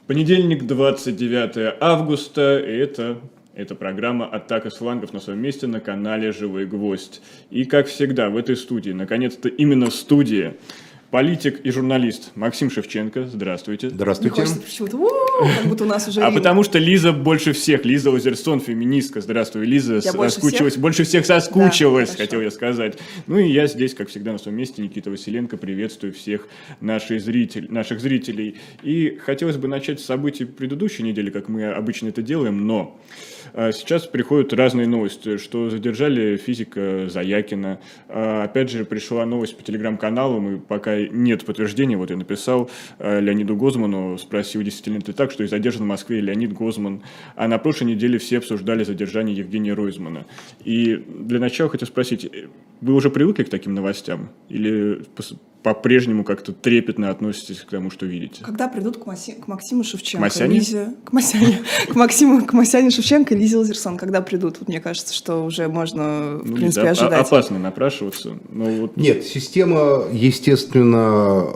Понедельник, 29 августа, и это программа «Атака с флангов» на своем месте на канале «Живой гвоздь». И, как всегда, в этой студии, наконец-то именно в студии, политик и журналист Максим Шевченко. Здравствуйте. Здравствуйте. Мне хочется почему-то, как будто у нас уже потому что Лиза больше всех, Лиза Лазерсон, феминистка. Здравствуй, Лиза. Больше всех соскучилась, да, хотел я сказать. Ну и я здесь, как всегда, на своем месте, Никита Василенко. Приветствую всех наших зрителей. И хотелось бы начать с событий предыдущей недели, как мы обычно это делаем, но сейчас приходят разные новости, что задержали физика Заякина. Опять же, пришла новость по телеграм-каналам, и пока нет подтверждения, вот я написал Леониду Гозману, спросил, действительно это так, что и задержан в Москве Леонид Гозман. А на прошлой неделе все обсуждали задержание Евгения Ройзмана. И для начала хотел спросить, вы уже привыкли к таким новостям? Или по-прежнему как-то трепетно относитесь к тому, что видите? Когда придут к Максиму Шевченко? Масяне? К Масяне Шевченко и Лизе Лазерсон, когда придут? Вот мне кажется, что уже можно, в принципе, ожидать. Опасно напрашиваться. Нет, система, естественно,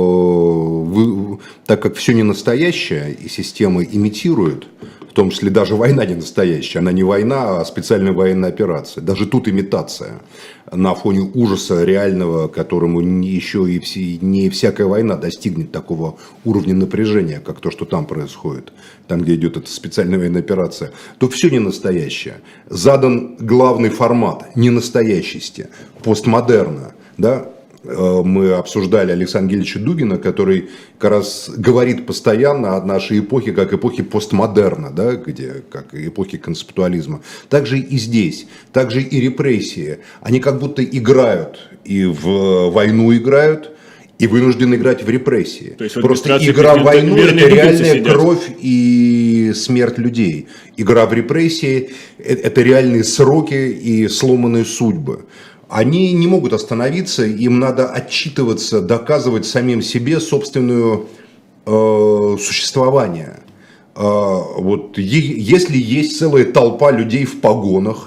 так как все не настоящее, и система имитирует, в том числе даже война не настоящая, она не война, а специальная военная операция. Даже тут имитация на фоне ужаса реального, которому еще и не всякая война достигнет такого уровня напряжения, как то, что там происходит, там, где идет эта специальная военная операция, то все не настоящее. Задан главный формат ненастоящести, постмодерна, да. Мы обсуждали Александра Гельевича Дугина, который как раз говорит постоянно о нашей эпохе как эпохе постмодерна, да, где, как эпохи концептуализма. Также и здесь, также и репрессии. Они как будто играют, и в войну играют, и вынуждены играть в репрессии. То есть просто игра в войну – это реальная кровь и смерть людей. Игра в репрессии – это реальные сроки и сломанные судьбы. Они не могут остановиться, им надо отчитываться, доказывать самим себе собственное существование. Вот, если есть целая толпа людей в погонах,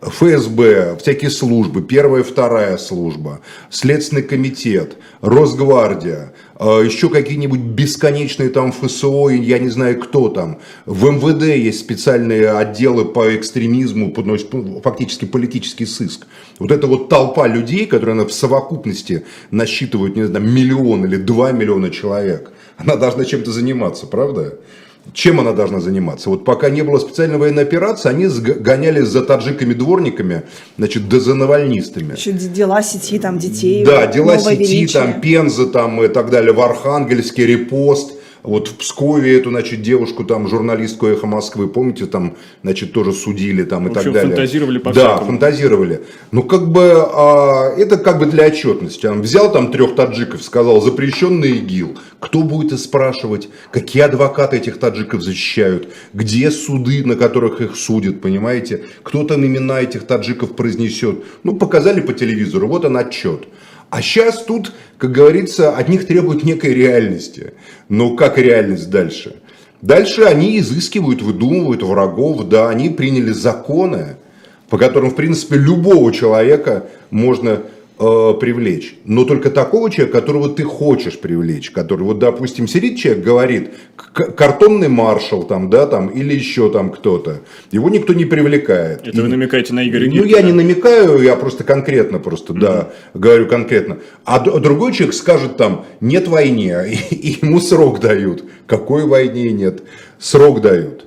ФСБ, всякие службы, первая, вторая служба, Следственный комитет, Росгвардия, еще какие-нибудь бесконечные там ФСО, я не знаю кто там. В МВД есть специальные отделы по экстремизму, фактически политический сыск. Вот эта вот толпа людей, которая в совокупности насчитывает, не знаю, 1 миллион или 2 миллиона человек, она должна чем-то заниматься, правда? Чем она должна заниматься? Вот пока не было специальной военной операции, они гонялись за таджиками-дворниками, значит, да за навальнистами. Еще дела сети, там, детей. Да, дела сети, там, Пенза, там, и так далее, в Архангельске, Репост. Вот в Пскове эту, значит, девушку, там, журналистку «Эхо Москвы», помните, там, значит, тоже судили, там, и так далее. Фантазировали по-всякому. Да, фантазировали. Ну, как бы, это как бы для отчетности. Он взял там 3 таджиков, сказал, запрещенный ИГИЛ. Кто будет спрашивать, какие адвокаты этих таджиков защищают, где суды, на которых их судят, понимаете? Кто там имена этих таджиков произнесет. Ну, показали по телевизору, вот он отчет. А сейчас тут, как говорится, от них требуют некой реальности. Но как реальность дальше? Дальше они изыскивают, выдумывают врагов, да, они приняли законы, по которым, в принципе, любого человека можно привлечь. Но только такого человека, которого ты хочешь привлечь. Который, вот, допустим, сидит человек, говорит, картонный маршал, там, да, там, или еще там кто-то. Его никто не привлекает. Это вы намекаете на Игоря Гибкина? Ну, я не намекаю, я просто конкретно, да, говорю конкретно. А другой человек скажет там, нет войны, и ему срок дают. Какой войне нет? Срок дают.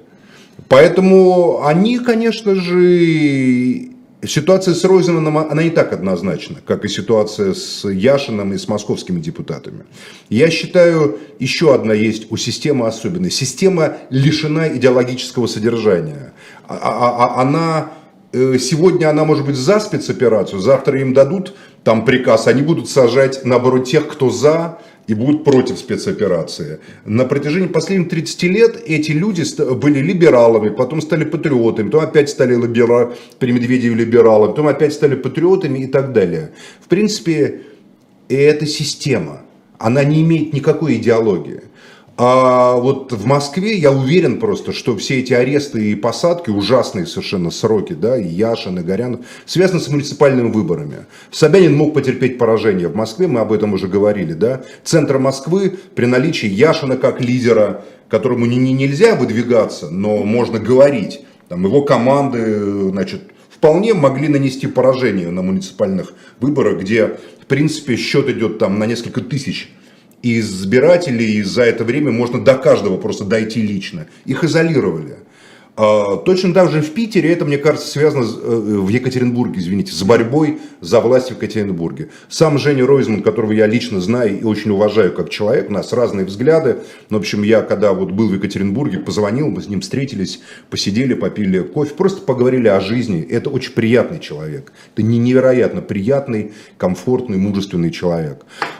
Поэтому они, конечно же... Ситуация с Ройзманом, она не так однозначна, как и ситуация с Яшиным и с московскими депутатами. Я считаю, еще одна есть у системы особенность. Система лишена идеологического содержания. Сегодня она может быть за спецоперацию, завтра им дадут там приказ, они будут сажать, наоборот, тех, кто за, и будут против спецоперации. На протяжении последних 30 лет эти люди были либералами, потом стали патриотами, потом опять стали при Медведеве либералами, потом опять стали патриотами и так далее. В принципе, эта система, она не имеет никакой идеологии. А вот в Москве я уверен просто, что все эти аресты и посадки, ужасные совершенно сроки, да, и Яшин, и Горянов, связаны с муниципальными выборами. Собянин мог потерпеть поражение в Москве, мы об этом уже говорили, да. Центр Москвы при наличии Яшина как лидера, которому нельзя выдвигаться, но можно говорить, там, его команды, значит, вполне могли нанести поражение на муниципальных выборах, где, в принципе, счет идет там на несколько тысяч избирателей, и за это время можно до каждого просто дойти лично. Их изолировали. Точно так же в Питере, это, мне кажется, связано в Екатеринбурге, извините, с борьбой за власть в Екатеринбурге. Сам Женя Ройзман, которого я лично знаю и очень уважаю как человек, у нас разные взгляды. Но, в общем, я, когда вот был в Екатеринбурге, позвонил, мы с ним встретились, посидели, попили кофе, просто поговорили о жизни. Это очень приятный человек. Это невероятно приятный, комфортный, мужественный человек.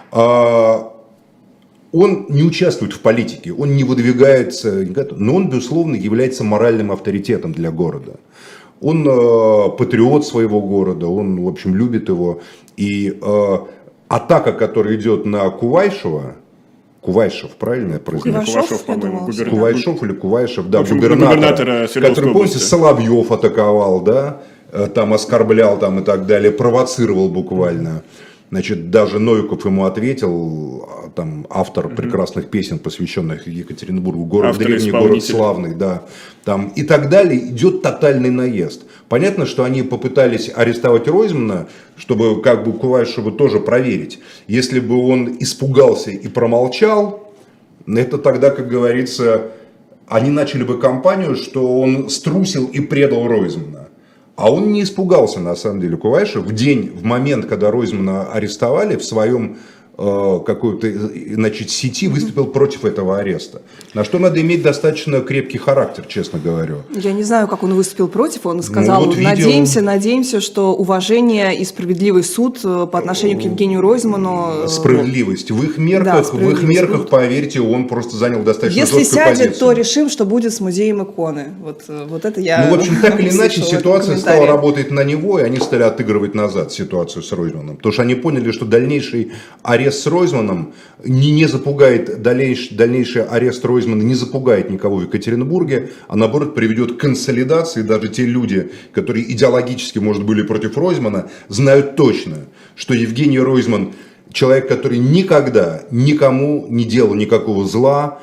Он не участвует в политике, он не выдвигается, но он, безусловно, является моральным авторитетом для города. Он патриот своего города, он, в общем, любит его. И атака, которая идет на Кувайшева, Кувайшев, правильно я произнес? Кувайшев, по-моему, Кувайшев или Кувайшев, да, губернатора который, помните, Соловьев атаковал, да, там оскорблял там, и так далее, провоцировал буквально. Значит, даже Новиков ему ответил, там, автор прекрасных песен, посвященных Екатеринбургу, город автор древний, город славный, да, там, и так далее, идет тотальный наезд. Понятно, что они попытались арестовать Ройзмана, чтобы как бы Кувайшева тоже проверить. Если бы он испугался и промолчал, это тогда, как говорится, они начали бы кампанию, что он струсил и предал Ройзмана. А он не испугался, на самом деле, Кувайшев. В момент, когда Ройзмана арестовали, в своем какой-то, значит, сети выступил против этого ареста. На что надо иметь достаточно крепкий характер, честно говоря. Я не знаю, как он выступил против. Он сказал, вот надеемся, что уважение и справедливый суд по отношению к Евгению Ройзману... Справедливость. В их мерках, поверьте, он просто занял достаточно жесткую позицию. Если сядет, то решим, что будет с музеем иконы. Вот это я... Ну, в общем, так или иначе, ситуация стала работать на него, и они стали отыгрывать назад ситуацию с Ройзманом. Потому что они поняли, что дальнейший арест с Ройзманом не запугает, дальнейший арест Ройзмана не запугает никого в Екатеринбурге, а наоборот приведет к консолидации. Даже те люди, которые идеологически, может, были против Ройзмана, знают точно, что Евгений Ройзман человек, который никогда никому не делал никакого зла,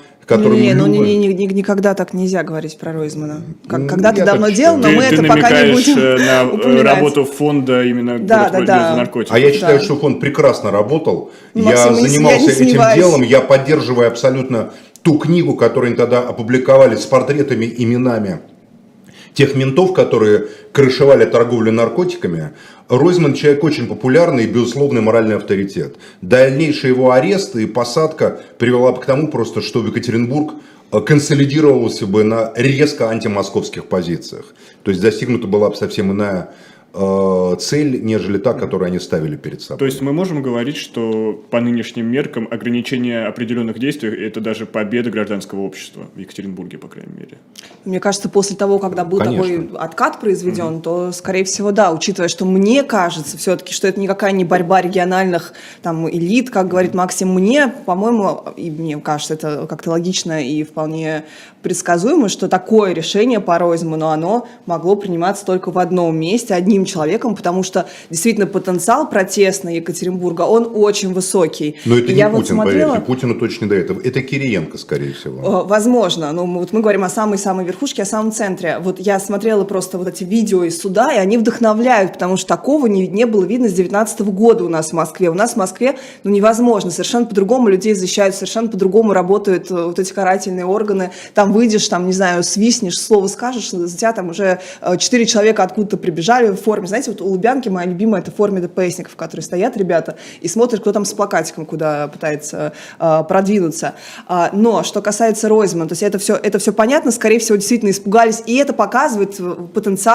никогда так нельзя говорить про Ройзмана. Когда-то давно делал, но мы это пока не будем на упоминать. Работу фонда именно за наркотики. А я считаю, что фонд прекрасно работал. Я занимался этим делом, я поддерживаю абсолютно ту книгу, которую они тогда опубликовали с портретами, именами тех ментов, которые крышевали торговлю наркотиками. Ройзман человек очень популярный и, безусловный, моральный авторитет. Дальнейший его арест и посадка привела бы к тому, просто, что в Екатеринбург консолидировался бы на резко антимосковских позициях. То есть достигнута была бы совсем иная цель, нежели та, которую они ставили перед собой. То есть мы можем говорить, что по нынешним меркам ограничение определенных действий – это даже победа гражданского общества в Екатеринбурге, по крайней мере? Мне кажется, после того, когда был такой откат произведен, то, скорее всего, да, учитывая, что мне кажется все-таки, что это никакая не борьба региональных там, элит, как говорит Максим, мне, по-моему, и мне кажется, это как-то логично и вполне предсказуемо, что такое решение по Ройзману, оно могло приниматься только в одном месте, одним человеком, потому что действительно потенциал протестный Екатеринбурга, он очень высокий. Но это не Путин, поверьте, Путину точно не до этого. Это Кириенко, скорее всего. Возможно. Но вот мы говорим о самой-самой верхушке, о самом центре. Вот я смотрела просто вот эти видео из суда, и они вдохновляют, потому что такого не было видно с 2019 года у нас в Москве. У нас в Москве невозможно. Совершенно по-другому людей защищают, совершенно по-другому работают вот эти карательные органы. Там выйдешь, там, не знаю, свистнешь, слово скажешь, за тебя там уже 4 человека откуда-то прибежали в форме. Знаете, вот у Лубянки моя любимая, это в форме ДПСников, которые стоят, ребята, и смотрят, кто там с плакатиком куда пытается продвинуться. Но что касается Ройзмана, то есть это все понятно, скорее всего, действительно испугались, и это показывает потенциал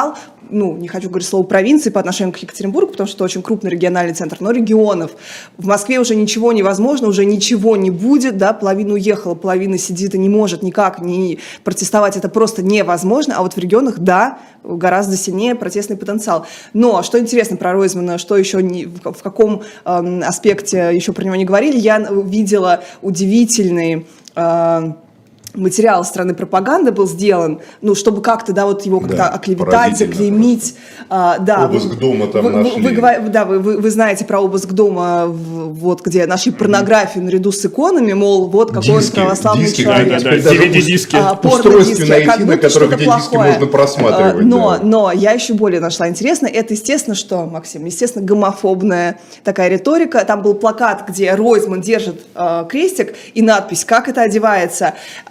не хочу говорить слово провинции по отношению к Екатеринбургу, потому что это очень крупный региональный центр, но регионов. В Москве уже ничего невозможно, уже ничего не будет, да, половина уехала, половина сидит и не может никак не протестовать, это просто невозможно, а вот в регионах, да, гораздо сильнее протестный потенциал. Но что интересно про Ройзмана, что еще в каком аспекте еще про него не говорили, я видела удивительный материал «Страны пропаганды» был сделан, чтобы как-то, да, вот его как-то оклеветать, заклеймить. Обыск дома там нашли. Вы знаете про обыск дома, вот где нашли порнографию наряду с иконами, мол, вот какой он православный человек. DVD-диски. Устройства найти, на которых где диски можно просматривать. Но я еще более нашла интересно. Это, естественно, что, Максим, естественно, гомофобная такая риторика. Там был плакат, где Ройзман держит крестик и надпись «Как это одевается?».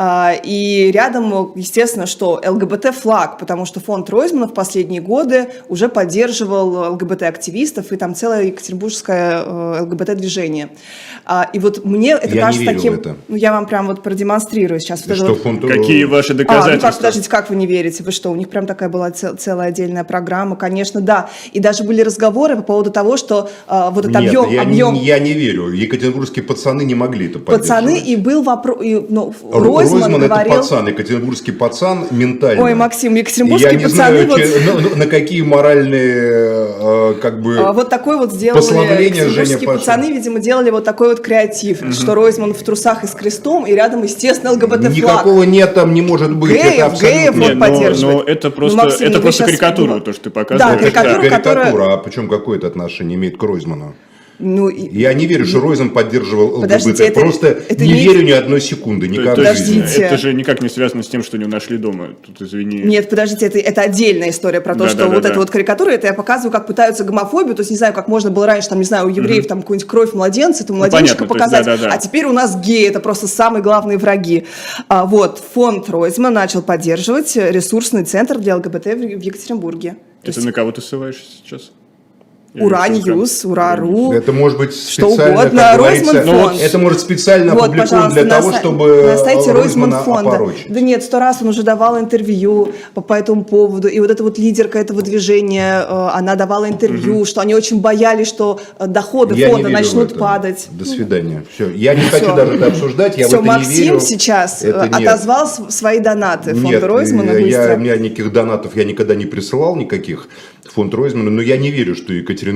И рядом, естественно, что ЛГБТ-флаг, потому что фонд Ройзмана в последние годы уже поддерживал ЛГБТ-активистов, и там целое екатеринбургское ЛГБТ-движение. И вот мне это кажется таким... Я вам прям вот продемонстрирую сейчас. Какие ваши доказательства? Подождите, как вы не верите? Вы что, у них прям такая была целая отдельная программа? Конечно, да. И даже были разговоры по поводу того, что вот этот объем... Я не верю. Екатеринбургские пацаны не могли это поддерживать. Пацаны, и был вопрос... Ройзман говорил... это пацан, екатеринбургский пацан ментально. Ой, Максим, екатеринбургские пацаны... Я не знаю, на какие моральные, вот такой вот сделали екатеринбургские пацаны, видимо, делали вот такой вот креатив, что Ройзман в трусах и с крестом, и рядом, естественно, ЛГБТ-флаг. Никакого нет, там не может быть. Геев вот поддерживает. Но это просто карикатура, то, что ты показываешь. Да, карикатура, а почему какое это отношение имеет к Ройзману? Ну, я не верю, что Ройзман поддерживал ЛГБТ. Просто не верю ни одной секунды. Подождите. Это же никак не связано с тем, что не нашли дома. Тут, извини. Нет, подождите, это отдельная история про то, что эта вот карикатура, это я показываю, как пытаются гомофобию, то есть не знаю, как можно было раньше, там, не знаю, у евреев там какую-нибудь кровь младенца, это младенчика показать, а теперь у нас геи, это просто самые главные враги. Вот, фонд Ройзман начал поддерживать ресурсный центр для ЛГБТ в Екатеринбурге. Это на кого ты ссылаешься сейчас? Ура-Ньюс, Ура.ру. Это может быть что специально, угодно. Ройзман фонд. Это может специально опубликован для того, чтобы на сайте Ройзмана опорочить. Да нет, 100 раз он уже давал интервью по этому поводу. И вот эта вот лидерка этого движения, она давала интервью, что они очень боялись, что доходы фонда начнут падать. До свидания. Все. Я не хочу даже это обсуждать. Я в это Максим не верю. сейчас отозвал свои донаты фонда Ройзмана. У меня никаких донатов я никогда не присылал, никаких фонд Ройзмана. Но я не верю, что Екатеринбург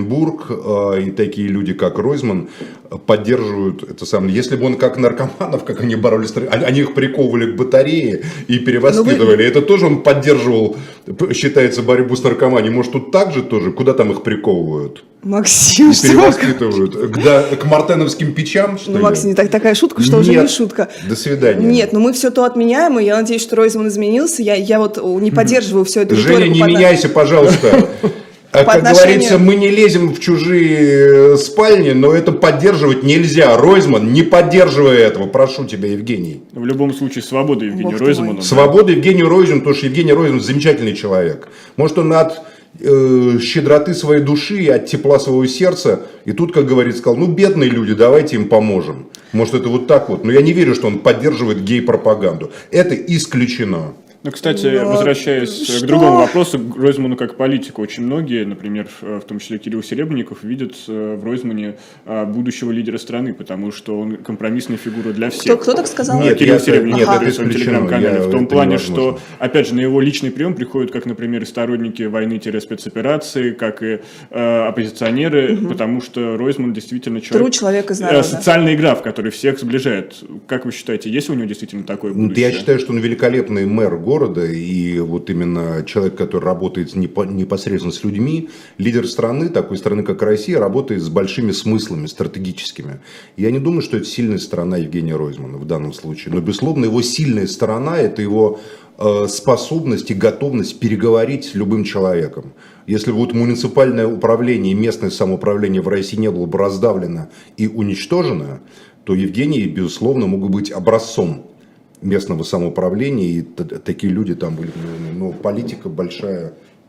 и такие люди, как Ройзман, поддерживают это самое. Если бы он как наркоманов, как они боролись, они их приковывали к батарее и перевоспитывали. Это тоже он поддерживал, считается, борьбу с наркоманией. Может, тут так же тоже? Куда там их приковывают? Максим, что перевоспитывают? К мартеновским печам, что ли? Максим, такая шутка, что уже не шутка. До свидания. Нет, мы все то отменяем, и я надеюсь, что Ройзман изменился. Я вот не поддерживаю все это. Женя, не меняйся, пожалуйста. Как говорится, мы не лезем в чужие спальни, но это поддерживать нельзя. Ройзман, не поддерживай этого. Прошу тебя, Евгений. В любом случае, свобода Евгению Ройзману. Свобода Евгению Ройзману, потому что Евгений Ройзман замечательный человек. Может, он от щедроты своей души, от тепла своего сердца, и тут, как говорится, сказал, бедные люди, давайте им поможем. Может, это вот так вот. Но я не верю, что он поддерживает гей-пропаганду. Это исключено. Ну, кстати, возвращаясь к другому вопросу, к Ройзману как политику, очень многие, например, в том числе Кирилл Серебренников, видят в Ройзмане будущего лидера страны, потому что он компромиссная фигура для всех. Кто так сказал? Нет, Кирилл Серебренников в своем телеграм-канале. В том плане, что, опять же, на его личный прием приходят, как, например, и сторонники войны-спецоперации, как и оппозиционеры, потому что Ройзман действительно человек из народа. Социальная игра, в которой всех сближает. Как вы считаете, есть у него действительно такое будущее? Я считаю, что он великолепный мэр города, и вот именно человек, который работает непосредственно с людьми, лидер страны, такой страны, как Россия, работает с большими смыслами стратегическими. Я не думаю, что это сильная сторона Евгения Ройзмана в данном случае, но, безусловно, его сильная сторона – это его способность и готовность переговорить с любым человеком. Если вот муниципальное управление и местное самоуправление в России не было бы раздавлено и уничтожено, то Евгений, безусловно, мог бы быть образцом местного самоуправления, и такие люди там были. Но политика большая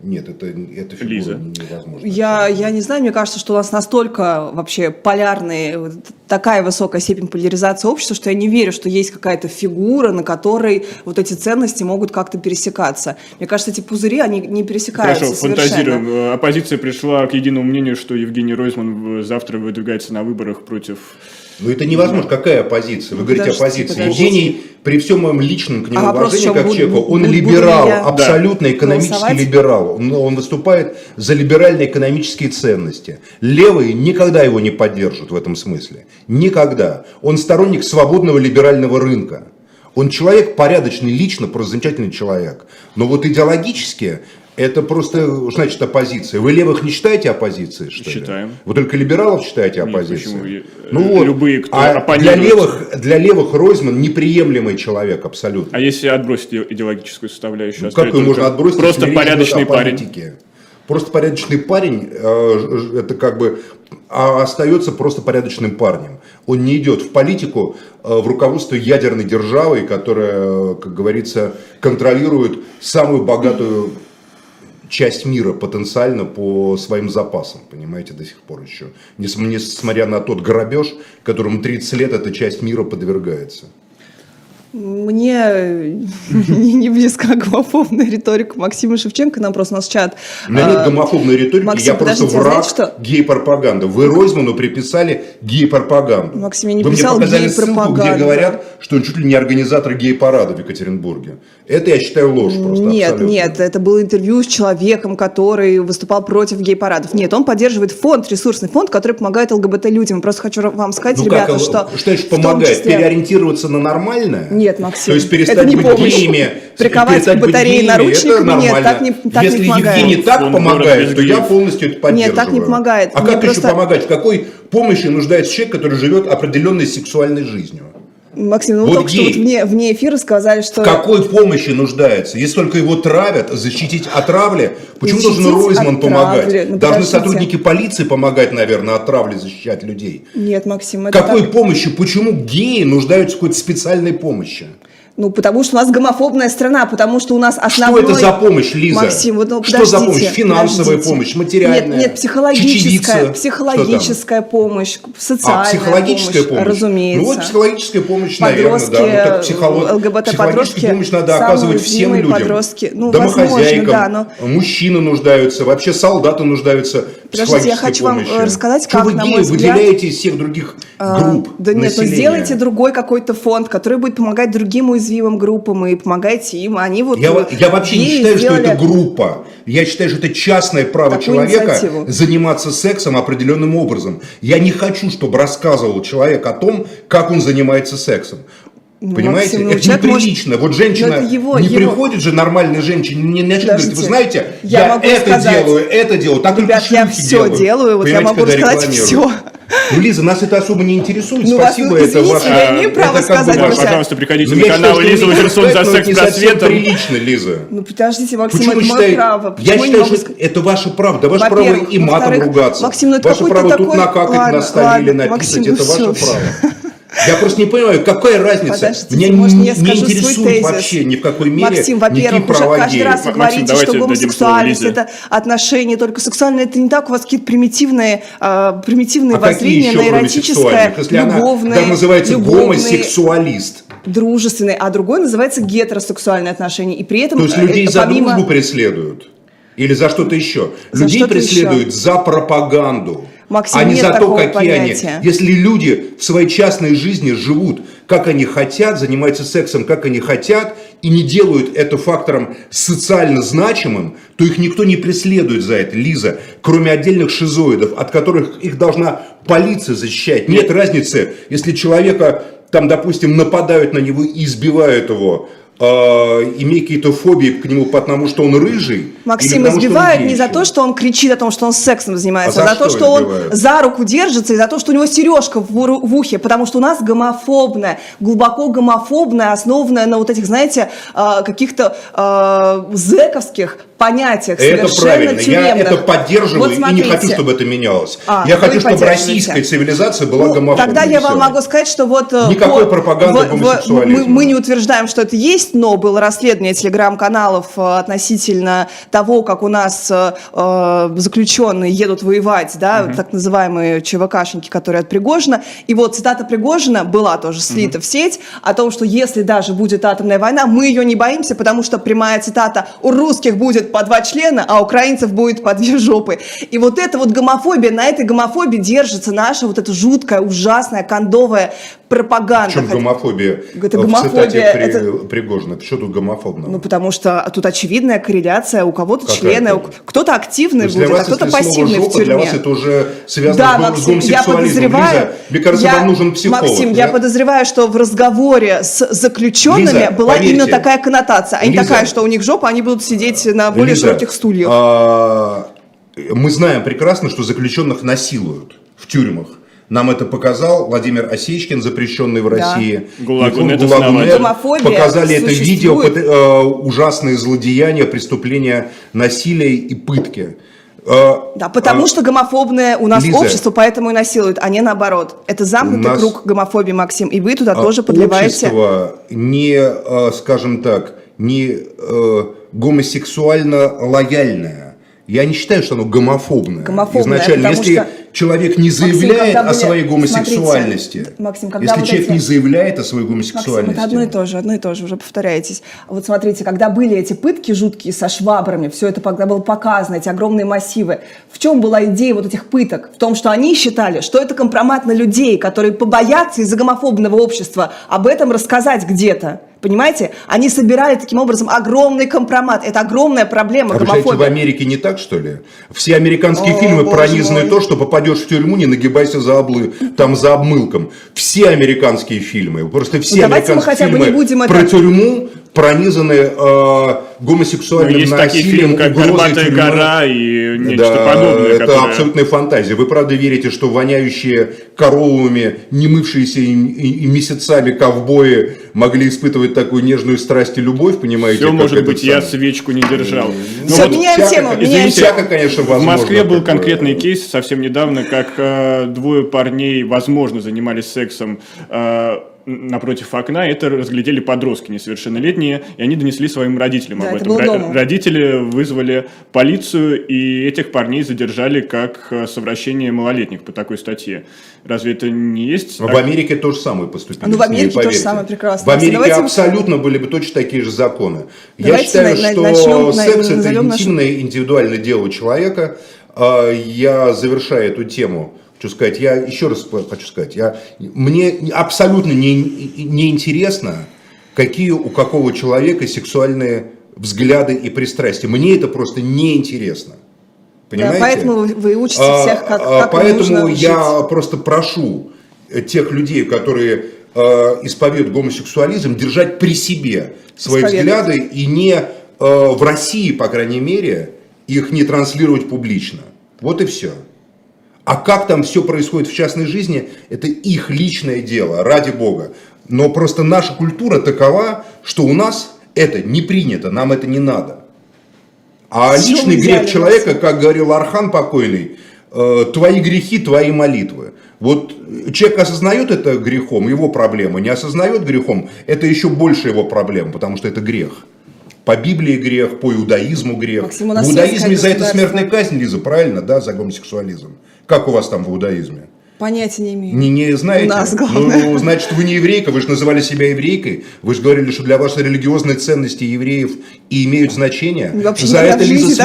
Нет, это фигура Лиза. невозможно. Я не знаю, мне кажется, что у нас настолько вообще полярные, такая высокая степень поляризации общества, что я не верю, что есть какая-то фигура, на которой вот эти ценности могут как-то пересекаться. Мне кажется, эти пузыри, они не пересекаются. Хорошо, совершенно. фантазируем. Оппозиция пришла к единому мнению, что Евгений Ройзман завтра выдвигается на выборах против... Ну это невозможно. Какая оппозиция? Вы говорите оппозиция. Подождите. Евгений, при всем моем личном к нему уважении как буду, человеку, он буду либерал, ли я абсолютно экономический голосовать? либерал. Он выступает за либеральные экономические ценности. Левые никогда его не поддержат в этом смысле. Никогда. Он сторонник свободного либерального рынка. Он человек порядочный, лично, просто замечательный человек. Но вот идеологически... Это просто, значит, оппозиция. Вы левых не считаете оппозицией, что ли? Считаем. Вы только либералов считаете оппозицией? Почему? Ну вот. Любые, кто для оппонирует. левых Ройзман неприемлемый человек абсолютно. А если отбросить идеологическую составляющую? Ну, как ее можно отбросить? Просто если речь идет порядочный о парень. политике? Просто порядочный парень, это как бы остается просто порядочным парнем. Он не идет в политику, в руководство ядерной державой, которая, как говорится, контролирует самую богатую часть мира потенциально по своим запасам, понимаете, до сих пор еще. Несмотря на тот грабеж, которому 30 лет эта часть мира подвергается. Мне не близка гомофобная риторика Максима Шевченко, нам просто у нас чат. У меня нет гомофобной риторики, Максим, я просто враг гей-пропаганды. Вы Ройзману приписали гей-пропаганду. Максим, я не Вы мне писал показали ссылку, где гей-пропаганду. говорят, что он чуть ли не организатор гей-парада в Екатеринбурге. Это, я считаю, ложь просто. Нет, это было интервью с человеком, который выступал против гей-парадов. Нет, он поддерживает фонд, ресурсный фонд, который помогает ЛГБТ-людям. Просто хочу вам сказать, ребята, что... Что значит помогает? Переориентироваться на нормальное? Нет, Максим, то есть перестать это не быть помощь. геями, Приковать к батарее наручниками, нет, так не Если помогает. Евгений так Он помогает, город то без я геев. полностью это поддерживаю. Нет, так не помогает. А Мне как просто... еще помогать? В какой помощи нуждается человек, который живет определенной сексуальной жизнью? Максим, ну Вот только что гей. вне эфира сказали, что... В какой помощи нуждается? Если только его травят, защитить от травли, почему Защитить должен Ройзман от помогать? травли? Ну, Должны подождите. сотрудники полиции помогать, наверное, от травли защищать людей. Нет, Максим, это Какой так... помощи? Почему геи нуждаются в какой-то специальной помощи? Ну, потому что у нас гомофобная страна, потому что у нас основной... Что это за помощь, Лиза? Максим, вот, ну, что за помощь? подождите, Финансовая подождите. помощь, материальная? Нет, психологическая чечевица, помощь, социальная психологическая помощь, разумеется. Ну вот психологическая помощь, Подростки, наверное, да. Ну, так ЛГБТ-подростки, психологическую помощь надо самые оказывать всем уязвимые людям. подростки. Ну, Домохозяйкам, возможно, да, мужчины нуждаются, вообще солдаты нуждаются в Подождите, я психологической хочу вам помощи. рассказать, Что как, вы на геи мой взгляд... выделяете из всех других групп Да нет, ну населения? сделайте другой какой-то фонд, который будет помогать другим уязвимым группам, и помогайте им. Они вот Я вообще не геи считаю, сделали... что это группа. Я считаю, что это частное право Такую человека инициативу. заниматься сексом определенным образом. Я не хочу, чтобы рассказывал человек о том, как он занимается сексом. Понимаете? Максим, ну, это человек неприлично. Вот женщина это его- приходит же нормальной женщине, не начнет говорить, вы Подождите. знаете, Я я могу это сказать. делаю, это делаю, так только Ребят, я шлюхи все делают. делаю, вот я Понимаете, могу когда рассказать рекламируют. все. Ну, Лиза, нас это особо не интересует. Ну, вас, Спасибо, ну, это извините, ваше... я имею право это как бы сказать, ваше- друзья. Пожалуйста, приходите Ну, на я канал считаю, что Лиза вы Лазерсон за это секс не совсем просветом. прилично, Лиза. Ну, подождите, Максим, Почему это вы мое считаете? право. Я Почему считаю, могу что это ваше право. Да ваше право Во-первых. и матом Во-вторых, ругаться. Максим, ну это ваше какой-то право тут такой- накакать Ладно, на столе или ладно, написать. Максим, Это ну ваше всё. право. Я просто не понимаю, какая разница. Подождите, Меня может, не я скажу свой интересует тезис. вообще ни в какой мере Максим, никакие во-первых, уже права каждый геев. раз вы Максим, говорите, давайте что дадим гомосексуальность слово Лизе. это отношения только сексуальные. Это не так, у вас какие-то примитивные А воззрения какие на еще, кроме эротическое, сексуальных? Если она любовное, так называется любовные, гомосексуалист. дружественные, а другой называется гетеросексуальные отношения. И при этом То есть людей за помимо... дружбу преследуют? Или за что-то еще? За Людей что-то преследуют еще. за пропаганду. Максим, а не нет за то, такого какие понятия. они. Если люди в своей частной жизни живут, как они хотят, занимаются сексом, как они хотят, и не делают это фактором социально значимым, то их никто не преследует за это, Лиза, кроме отдельных шизоидов, от которых их должна полиция защищать. Нет разницы, если человека, там, допустим, нападают на него и избивают его, имея какие-то фобии к нему, потому что он рыжий. Максим, или потому, избивают что он не за гей. то, что он кричит о том, что он сексом занимается, А а за за то, что что он избивают? за руку держится, и за то, что у него сережка в ухе, потому что у нас гомофобная, глубоко гомофобная, основанная на вот этих, знаете, каких-то зэковских понятиях, Это совершенно правильно, я тюремных. это поддерживаю Вот и не смотрите. хочу, чтобы это менялось. А, Я вы хочу, чтобы поддерживаете. российская цивилизация была Ну, гомофобной. тогда я Всё. вам могу сказать, что вот... Никакой пропаганды гомосексуализма. мы не утверждаем, что это есть есть, но было расследование телеграм-каналов относительно того, как у нас заключенные едут воевать, да, так называемые ЧВКшники, которые от Пригожина. И вот цитата Пригожина была тоже слита в сеть о том, что если даже будет атомная война, мы ее не боимся, потому что прямая цитата: у русских будет по 2 члена, а у украинцев будет по 2 жопы. И вот эта вот гомофобия, на этой гомофобии держится наша вот эта жуткая, ужасная, кондовая пропаганда. В чем гомофобия? Это гомофобия. В цитате Пригожина. Что тут гомофобного? Ну, потому что тут очевидная корреляция. У кого-то члены, кто-то активный будет, а кто-то пассивный в тюрьме. Для вас это уже связано с гомосексуализмом. Лиза, мне кажется, вам нужен психолог. Максим, я подозреваю, что в разговоре с заключенными Лиза, была поверьте, именно такая коннотация, а не Лиза, такая, что у них жопа, они будут сидеть на более широких стульях. Мы знаем прекрасно, что заключенных насилуют в тюрьмах. Нам это показал Владимир Осечкин, запрещенный в России. ГУЛАГ.нет показали это видео, ужасные злодеяния, преступления насилия и пытки. Да, потому что гомофобное у нас общество, поэтому и насилуют, а не наоборот. Это замкнутый круг гомофобии, Максим, и вы туда тоже подливаете. Общество не, скажем так, не гомосексуально лояльное. Я не считаю, что оно гомофобное. Изначально, если человек не заявляет о своей гомосексуальности, Максим, если человек не заявляет о своей гомосексуальности... Максим, это одно и то же, уже повторяетесь. Вот смотрите, когда были эти пытки жуткие со швабрами, все это когда было показано, эти огромные массивы, в чем была идея вот этих пыток? В том, что они считали, что это компромат на людей, которые побоятся из-за гомофобного общества об этом рассказать где-то. Понимаете? Они собирали таким образом огромный компромат. Это огромная проблема гомофобии. В Америке не так, что ли? Все американские фильмы пронизаны то, что попадешь в тюрьму, не нагибайся за обмылком. Все американские фильмы, просто все американские фильмы про тюрьму пронизаны гомосексуальным есть насилием, такие фильмы, как «Горбатая гора» и нечто подобное. Это абсолютная фантазия. Вы правда верите, что воняющие коровами, не мывшиеся и месяцами ковбои могли испытывать такую нежную страсть и любовь, понимаете? Все может быть, я свечку не держал. Все, меняем тему. Всяко, конечно, возможно. В Москве был конкретный кейс совсем недавно, как 2 парней, возможно, занимались сексом напротив окна, это разглядели подростки несовершеннолетние, и они донесли своим родителям об этом. Родители вызвали полицию, и этих парней задержали как совращение малолетних по такой статье. Разве это не есть? В Америке то же самое поступили. Ну, в Америке то же самое прекрасно. В Америке абсолютно были бы точно такие же законы. Я считаю, что секс – это интимное, индивидуальное дело человека. Я завершаю эту тему. Хочу сказать, я еще раз хочу сказать, мне абсолютно не интересно, какие у какого человека сексуальные взгляды и пристрастия. Мне это просто не интересно. Понимаете? Да, поэтому вы учите всех, как поэтому нужно я жить. просто прошу тех людей, которые исповедуют гомосексуализм, держать при себе свои взгляды и не в России, по крайней мере, их не транслировать публично. Вот и все. А как там все происходит в частной жизни, это их личное дело, ради бога. Но просто наша культура такова, что у нас это не принято, нам это не надо. А личный грех человека, как говорил Архан покойный, твои грехи, твои молитвы. Вот человек осознает это грехом, его проблема, не осознает грехом, это еще больше его проблема, потому что это грех. По Библии грех, по иудаизму грех. Максим, в иудаизме за это смертная казнь, Лиза, правильно, да, за гомосексуализм? Как у вас там в иудаизме? Понятия не имею. Не знаете? У нас, главное. Ну, значит, вы не еврейка, вы же называли себя еврейкой. Вы же говорили, что для вас религиозные ценности евреев и имеют значение. Вообще за это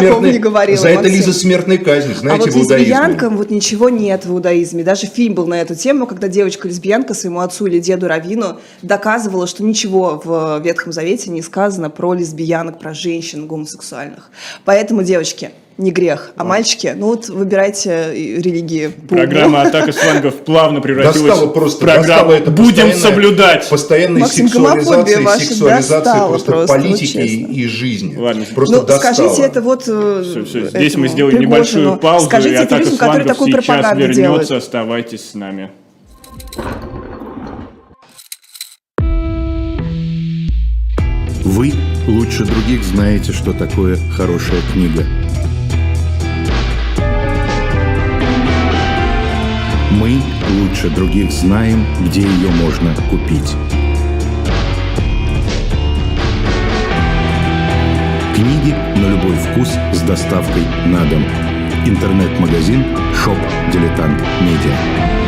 Лиза смертная казнь, знаете, в иудаизме. А лесбиянкам вот ничего нет в иудаизме. Даже фильм был на эту тему, когда девочка-лесбиянка своему отцу или деду Раввину доказывала, что ничего в Ветхом Завете не сказано про лесбиянок, про женщин гомосексуальных. Поэтому, девочки, не грех, а мальчики, ну вот выбирайте религии. Программа «Атака слангов» плавно превратилась в программу это «Будем соблюдать». Постоянной сексуализации просто политики и жизни. Ладно. Просто достало. Скажите это вот все. Здесь мы сделаем небольшую паузу, скажите и «Атака людям, которые слангов» такую сейчас пропаганду вернется. делают. Оставайтесь с нами. Вы лучше других знаете, что такое хорошая книга. Мы лучше других знаем, где ее можно купить. Книги на любой вкус с доставкой на дом. Интернет-магазин «Шоп Дилетант Медиа».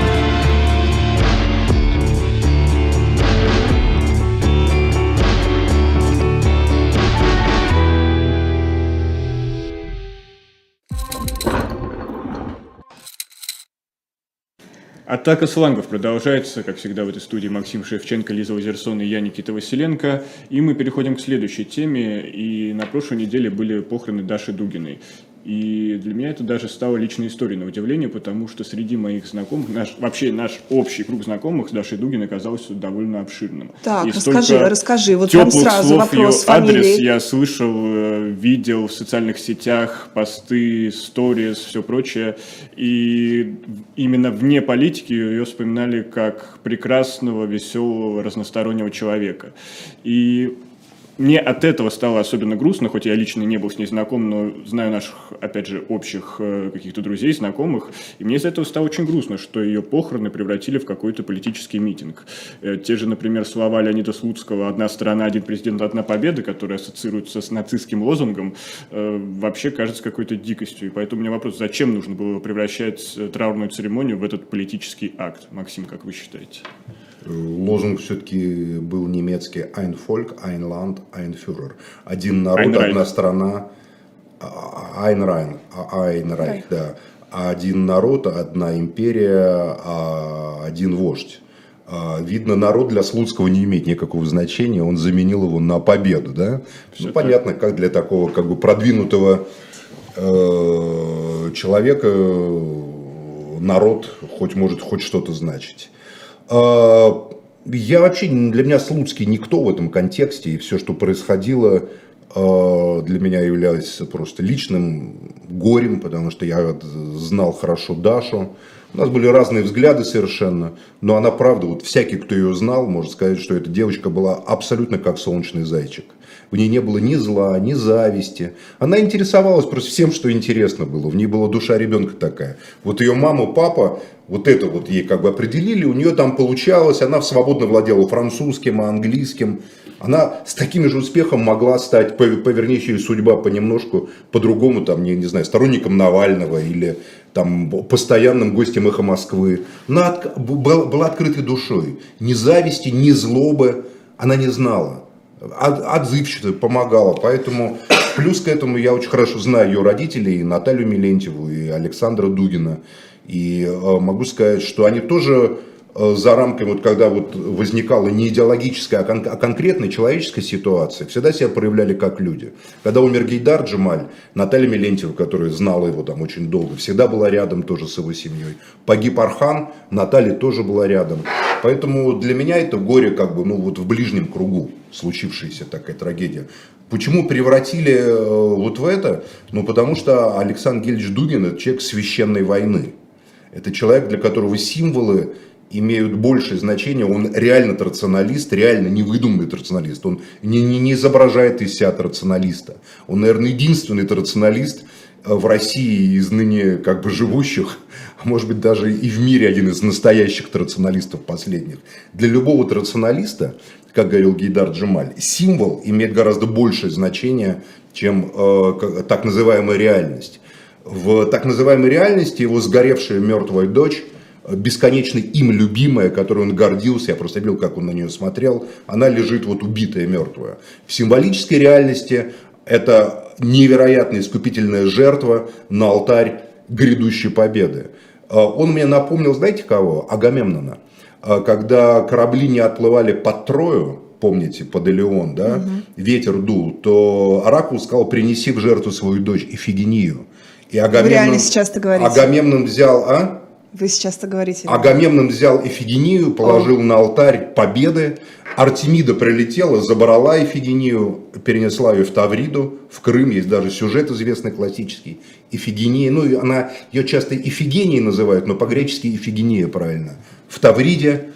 Атака слангов продолжается, как всегда, в этой студии Максим Шевченко, Лиза Лазерсон и я, Никита Василенко. И мы переходим к следующей теме. И на прошлой неделе были похороны Даши Дугиной. И для меня это даже стало личной историей, на удивление, потому что среди моих знакомых, наш общий круг знакомых с Дашей Дугиной оказался довольно обширным. Так, и расскажи, вот прям сразу вопрос, адрес фамилии. я слышал, видел в социальных сетях, посты, сторис, все прочее. И именно вне политики ее вспоминали как прекрасного, веселого, разностороннего человека. И мне от этого стало особенно грустно, хоть я лично не был с ней знаком, но знаю наших, опять же, общих каких-то друзей, знакомых, и мне из этого стало очень грустно, что ее похороны превратили в какой-то политический митинг. Те же, например, слова Леонида Слуцкого «одна страна, один президент, одна победа», которые ассоциируются с нацистским лозунгом, вообще кажется какой-то дикостью. И поэтому у меня вопрос, зачем нужно было превращать траурную церемонию в этот политический акт? Максим, как вы считаете? Лозунг все-таки был немецкий «Ein Volk, ein Land, ein Führer». Один народ, одна страна, Ein Reich, да. Один народ, одна империя, один вождь. Видно, народ для Слуцкого не имеет никакого значения, он заменил его на победу, да? Ну, понятно, как для такого как бы продвинутого человека народ может хоть что-то значить. Я вообще, для меня Слуцкий никто в этом контексте, и все, что происходило, для меня являлось просто личным горем, потому что я знал хорошо Дашу. У нас были разные взгляды совершенно, но она, правда, вот всякий, кто ее знал, может сказать, что эта девочка была абсолютно как солнечный зайчик. В ней не было ни зла, ни зависти. Она интересовалась просто всем, что интересно было. В ней была душа ребенка такая. Вот ее мама, папа, вот это вот ей как бы определили, у нее там получалось, она свободно владела французским, английским. Она с таким же успехом могла стать, повернее, ее судьба понемножку по-другому, там, не знаю, сторонником Навального или там, постоянным гостем «Эхо Москвы». Она была открытой душой. Ни зависти, ни злобы она не знала. Отзывчивая, помогала. Поэтому плюс к этому я очень хорошо знаю ее родителей, и Наталью Мелентьеву, и Александра Дугина. И могу сказать, что они тоже за рамками, вот когда вот возникала не идеологическая, а конкретная человеческая ситуация, всегда себя проявляли как люди. Когда умер Гейдар Джемаль, Наталья Мелентьева, которая знала его там очень долго, всегда была рядом тоже с его семьей. Погиб Архан, Наталья тоже была рядом. Поэтому для меня это горе как бы, ну вот в ближнем кругу случившаяся такая трагедия. Почему превратили вот в это? Ну потому что Александр Гельевич Дугин — это человек священной войны. Это человек, для которого символы имеют большее значение. Он реально традиционалист, реально невыдуманный традиционалист. Он не изображает из себя традиционалиста. Он, наверное, единственный традиционалист в России из ныне как бы живущих, а может быть даже и в мире один из настоящих традиционалистов последних. Для любого традиционалиста, как говорил Гейдар Джемаль, символ имеет гораздо большее значение, чем так называемая реальность. В так называемой реальности его сгоревшая мертвая дочь, бесконечно им любимая, которой он гордился, я просто видел, как он на нее смотрел, она лежит вот убитая, мертвая. В символической реальности это невероятная искупительная жертва на алтарь грядущей победы. Он мне напомнил, знаете кого? Агамемнона. Когда корабли не отплывали под Трою, помните, под Элеон, да, ветер дул, то Оракул сказал: принеси в жертву свою дочь Ифигению. И Агамемнон, вы реально сейчас это говорите? Агамемнон взял, Вы сейчас это говорите. Агамемнон взял Ифигению, положил на алтарь победы. Артемида прилетела, забрала Ифигению, перенесла ее в Тавриду, в Крым. Есть даже сюжет известный классический. Ифигения, ну она, ее часто Ифигенией называют, но по-гречески Ифигения правильно. В Тавриде.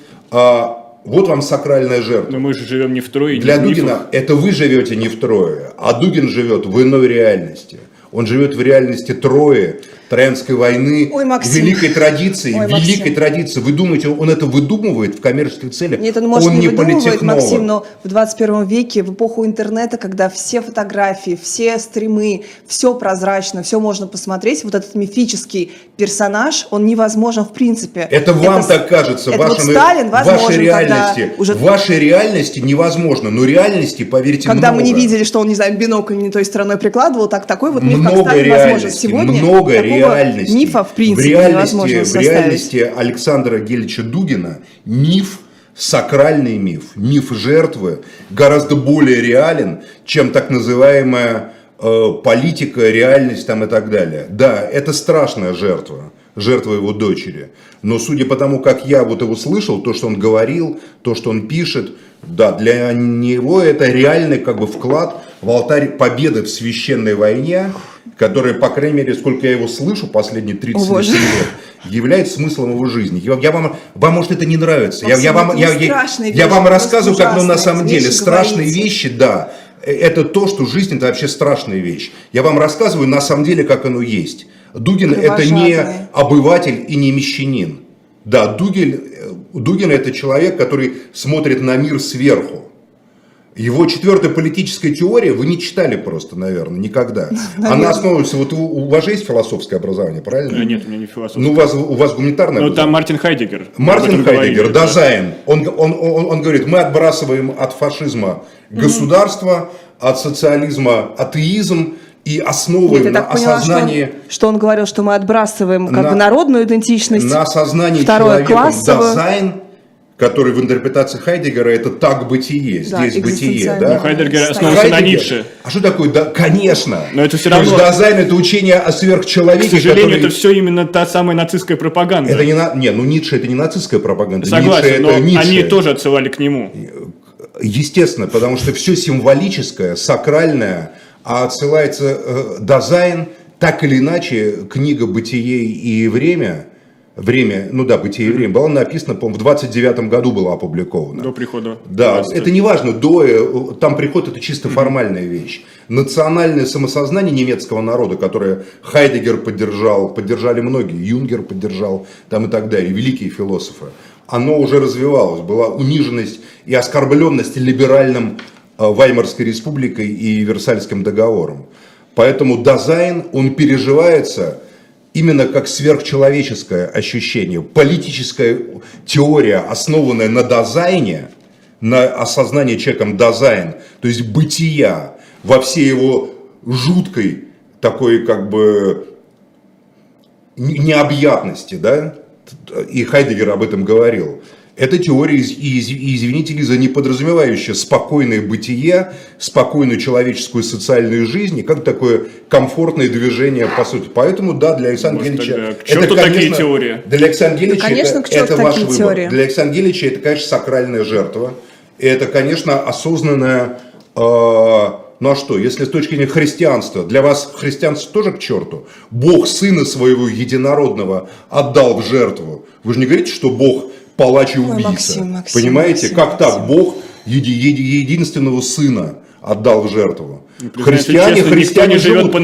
Вот вам сакральная жертва. Но мы же живем не в Трое. Для Дугина это вы живете не в Трое, а Дугин живет в иной реальности. Он живет в реальности Трои, Троянской войны, Ой, Максим. великой традиции. Ой, великой традиции. Вы думаете, он это выдумывает в коммерческих целях? Нет, он, может, он не не выдумывает, политтехнолог. Максим, но в 21 веке, в эпоху интернета, когда все фотографии, все стримы, все прозрачно, все можно посмотреть, вот этот мифический персонаж, он невозможен в принципе. Это вам так кажется. Это вот Сталин возможен, вашей реальности, уже... в вашей реальности невозможно, но реальности, поверьте, когда много. мы не видели, что он, не знаю, бинокль не той стороной прикладывал, такой вот миф, Много как Сталин, возможен. реальности, Сегодня много такого реальности. мифа, в принципе, невозможно в составить. реальности Александра Гельевича Дугина миф, сакральный миф, миф жертвы гораздо более реален, чем так называемая политика, реальность там и так далее. Да, это страшная жертва его дочери. Но судя по тому, как я вот его слышал, то, что он говорил, то, что он пишет, да, для него это реальный как бы вклад в алтарь победы в священной войне, который, по крайней мере, сколько я его слышу последние 37 лет, является смыслом его жизни. Вам может это не нравится. Я вам рассказываю, как на самом деле страшные вещи, да. Это то, что жизнь это вообще страшная вещь. Я вам рассказываю на самом деле, как оно есть. Дугин это не обыватель и не мещанин. Да, Дугин это человек, который смотрит на мир сверху. Его четвертая политическая теория вы не читали просто, наверное, никогда. Она основывается, вот у вас же есть философское образование, правильно? Нет, у меня не философское. Ну, у вас гуманитарное. Ну, там Мартин Хайдеггер. Мартин Хайдеггер, Дазайн. Он говорит, мы отбрасываем от фашизма государство, от социализма атеизм и основываем на осознании... Что он говорил, что мы отбрасываем как бы народную идентичность, на осознании человеком Дазайн, который в интерпретации Хайдеггера это так бытие, да, здесь бытие. Да? Хайдеггер основывается на Ницше. А что такое? Да, конечно. Но это все равно... То есть Дазайн это учение о сверхчеловеке. К сожалению, это все именно та самая нацистская пропаганда. Это Ницше это не нацистская пропаганда. Согласен, Ницше, но они тоже отсылали к нему. Естественно, потому что все символическое, сакральное, а отсылается Дазайн, так или иначе, книга «Бытие и время», «Бытие и время» была написана, по-моему, в 29 году была опубликована. До прихода. Да, это не важно, там приход это чисто формальная вещь. Национальное самосознание немецкого народа, которое Хайдеггер поддержали многие, Юнгер поддержал, там и так далее, великие философы, оно уже развивалось, была униженность и оскорбленность либеральным Ваймарской республикой и Версальским договором. Поэтому Дазайн, он переживается именно как сверхчеловеческое ощущение. Политическая теория, основанная на Дазайне, на осознании человеком Дазайн, то есть бытия во всей его жуткой такой как бы необъятности, да, и Хайдеггер об этом говорил. Это теория, извините, Лиза, не подразумевающая спокойное бытие, спокойную человеческую социальную жизнь, и как такое комфортное движение, по сути. Поэтому, да, для Александра Гельевича... К черту такие теории. Для Александра Гельевича это ваш выбор. Теории. Для Александра Гельевича это, конечно, сакральная жертва. И это, конечно, осознанная... Ну а что, если с точки зрения христианства, для вас христианство тоже к черту? Бог Сына Своего Единородного отдал в жертву. Вы же не говорите, что Бог палач и убийца. Максим, понимаете, как так? Бог единственного Сына отдал в жертву. Христиане живут,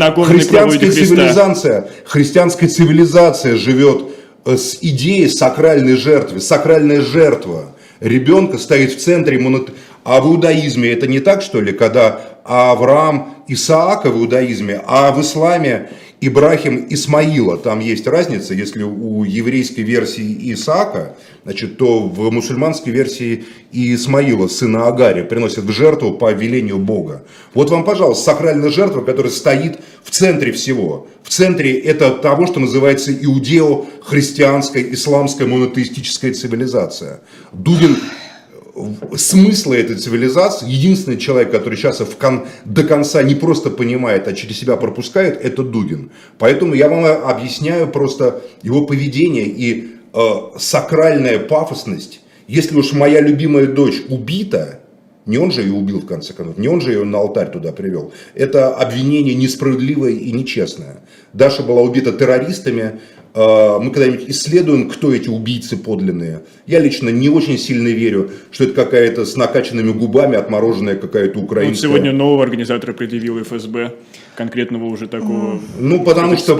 христианская цивилизация живет с идеей сакральной жертвы. Сакральная жертва ребенка стоит в центре. А в иудаизме это не так, что ли, когда Авраам Исаака в иудаизме, а в исламе Ибрахим Исмаила. Там есть разница, если у еврейской версии Исаака, значит, то в мусульманской версии Исмаила, сына Агари, приносят в жертву по велению Бога. Вот вам, пожалуйста, сакральная жертва, которая стоит в центре всего. В центре это того, что называется иудео-христианская, исламская монотеистическая цивилизация. Дугин смысла этой цивилизации, единственный человек, который сейчас до конца не просто понимает, а через себя пропускает, это Дугин. Поэтому я вам объясняю просто его поведение и сакральная пафосность. Если уж моя любимая дочь убита, Не он же ее убил, в конце концов, не он же ее на алтарь туда привел. Это обвинение несправедливое и нечестное. Даша была убита террористами. Мы когда-нибудь исследуем, кто эти убийцы подлинные. Я лично не очень сильно верю, что это какая-то с накачанными губами отмороженная какая-то украинская... Вот сегодня нового организатора предъявил ФСБ, конкретного уже такого... Ну, потому что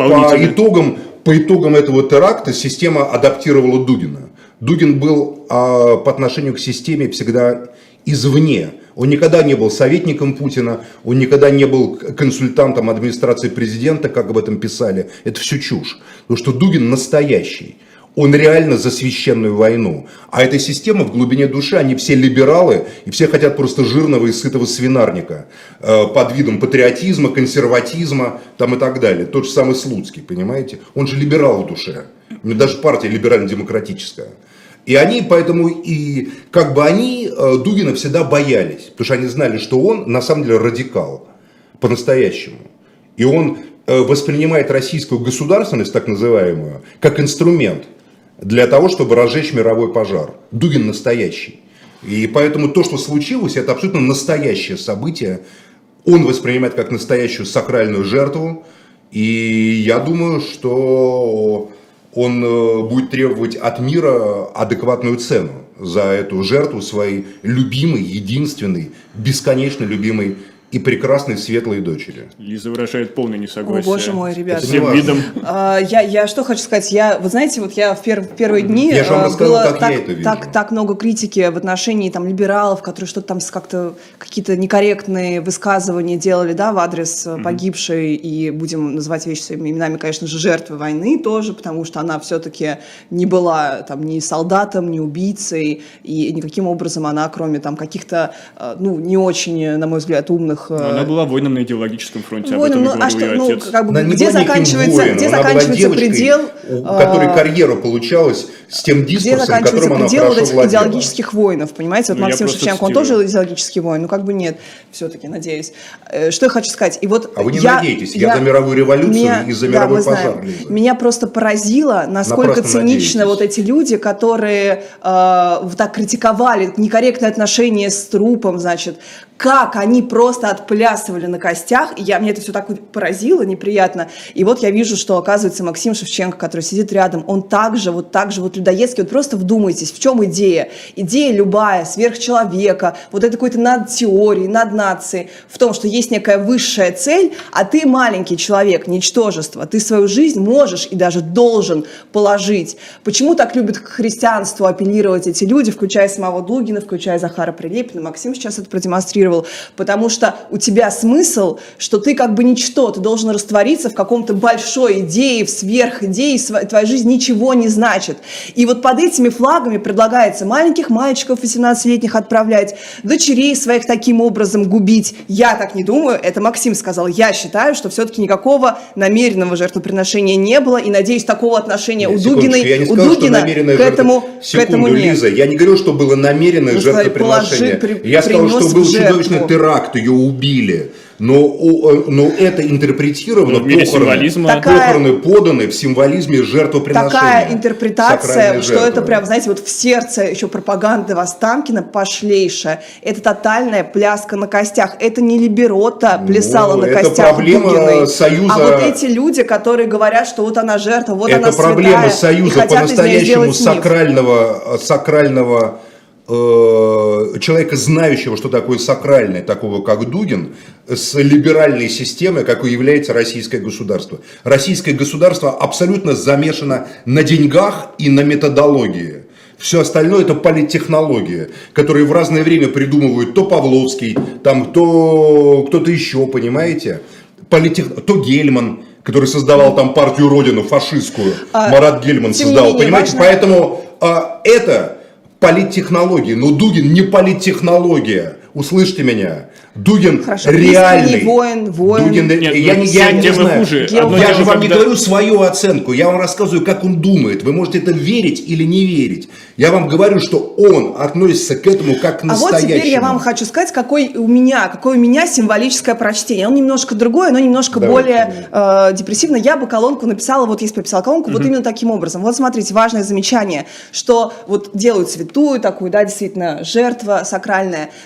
по итогам этого теракта система адаптировала Дугина. Дугин был по отношению к системе всегда извне. Он никогда не был советником Путина, он никогда не был консультантом администрации президента, как об этом писали. Это все чушь. Потому что Дугин настоящий. Он реально за священную войну. А эта система в глубине души, они все либералы, и все хотят просто жирного и сытого свинарника. Под видом патриотизма, консерватизма там и так далее. Тот же самый Слуцкий, понимаете? Он же либерал в душе. У него даже партия либерально-демократическая. И они, поэтому, и как бы они Дугина всегда боялись, потому что они знали, что он на самом деле радикал, по-настоящему. И он воспринимает российскую государственность, так называемую, как инструмент для того, чтобы разжечь мировой пожар. Дугин настоящий. И поэтому то, что случилось, это абсолютно настоящее событие. Он воспринимает как настоящую сакральную жертву. И я думаю, что... он будет требовать от мира адекватную цену за эту жертву своей любимой, единственной, бесконечно любимой и прекрасной светлой дочери. Лиза выражает полное несогласие. О, боже мой, ребята. Всем видом. Я что хочу сказать, вы знаете, вот я в первые дни я же вам рассказал, как я это вижу. Так много критики в отношении там либералов, которые что-то там как-то какие-то некорректные высказывания делали, да, в адрес погибшей, и будем называть вещи своими именами, конечно же, жертвы войны тоже, потому что она все-таки не была там ни солдатом, ни убийцей, и никаким образом она, кроме там каких-то, не очень, на мой взгляд, умных. Она была воином на идеологическом фронте, об этом говорил ее отец. Где заканчивается предел, у которой карьера получалась с тем дискурсом, которым она хорошо вот этих владела. идеологических воинов, понимаете? Вот Максим Шевченко, он тоже идеологический воин, нет, все-таки, надеюсь. Что я хочу сказать? И вот вы не надеетесь, я за мировую революцию и за мировой пожар. Меня просто поразило, насколько цинично вот эти люди, которые так критиковали некорректное отношение с трупом, значит, как они просто отплясывали на костях, и меня это все так поразило, неприятно. И вот я вижу, что, оказывается, Максим Шевченко, который сидит рядом, он также людоедский. Вот просто вдумайтесь, в чем идея? Идея любая, сверхчеловека, вот это какой-то над теорией, над нацией, в том, что есть некая высшая цель, а ты маленький человек, ничтожество, ты свою жизнь можешь и даже должен положить. Почему так любят к христианству апеллировать эти люди, включая самого Дугина, включая Захара Прилепина? Максим сейчас это продемонстрировал. Потому что у тебя смысл, что ты как бы ничто, ты должен раствориться в каком-то большой идее, в сверхидее, твоя жизнь ничего не значит. И вот под этими флагами предлагается маленьких мальчиков 18-летних отправлять, дочерей своих таким образом губить. Я так не думаю, это Максим сказал. Я считаю, что все-таки никакого намеренного жертвоприношения не было, и, надеюсь, такого отношения у Дугина к этому нет. Лиза, я не говорю, что было намеренное жертвоприношение. Я сказал, что был чудовищный теракт, ее убили. Но это интерпретировано, похороны поданы в символизме жертвоприношения. Такая интерпретация, что это прям, знаете, вот в сердце еще пропаганды Останкина пошлейшая. Это тотальная пляска на костях. Это не Либерота плясала на костях Дугиной. Союза... А вот эти люди, которые говорят, что вот она жертва, вот она святая. Это проблема союза по-настоящему сакрального человека, знающего, что такое сакральное, такого как Дугин, с либеральной системой, какой является российское государство. Российское государство абсолютно замешано на деньгах и на методологии. Все остальное это политтехнология, которые в разное время придумывают то Павловский, там, то кто-то еще, понимаете? То Гельман, который создавал там партию Родину, фашистскую, Марат Гельман создал, понимаете? Поэтому это политтехнологии, но Дугин не политтехнология. Услышьте меня. Дугин реальный. Воин. Дугин, я не знаю. Я же вам не говорю свою оценку. Я вам рассказываю, как он думает. Вы можете это верить или не верить. Я вам говорю, что он относится к этому как к настоящему. А вот теперь я вам хочу сказать, какое у меня символическое прочтение. Он немножко другое, но немножко более депрессивно. Я бы колонку написала, вот если бы я писала колонку, вот именно таким образом. Вот смотрите, важное замечание, что вот делают святую такую, да, действительно, жертва сакральная. При этом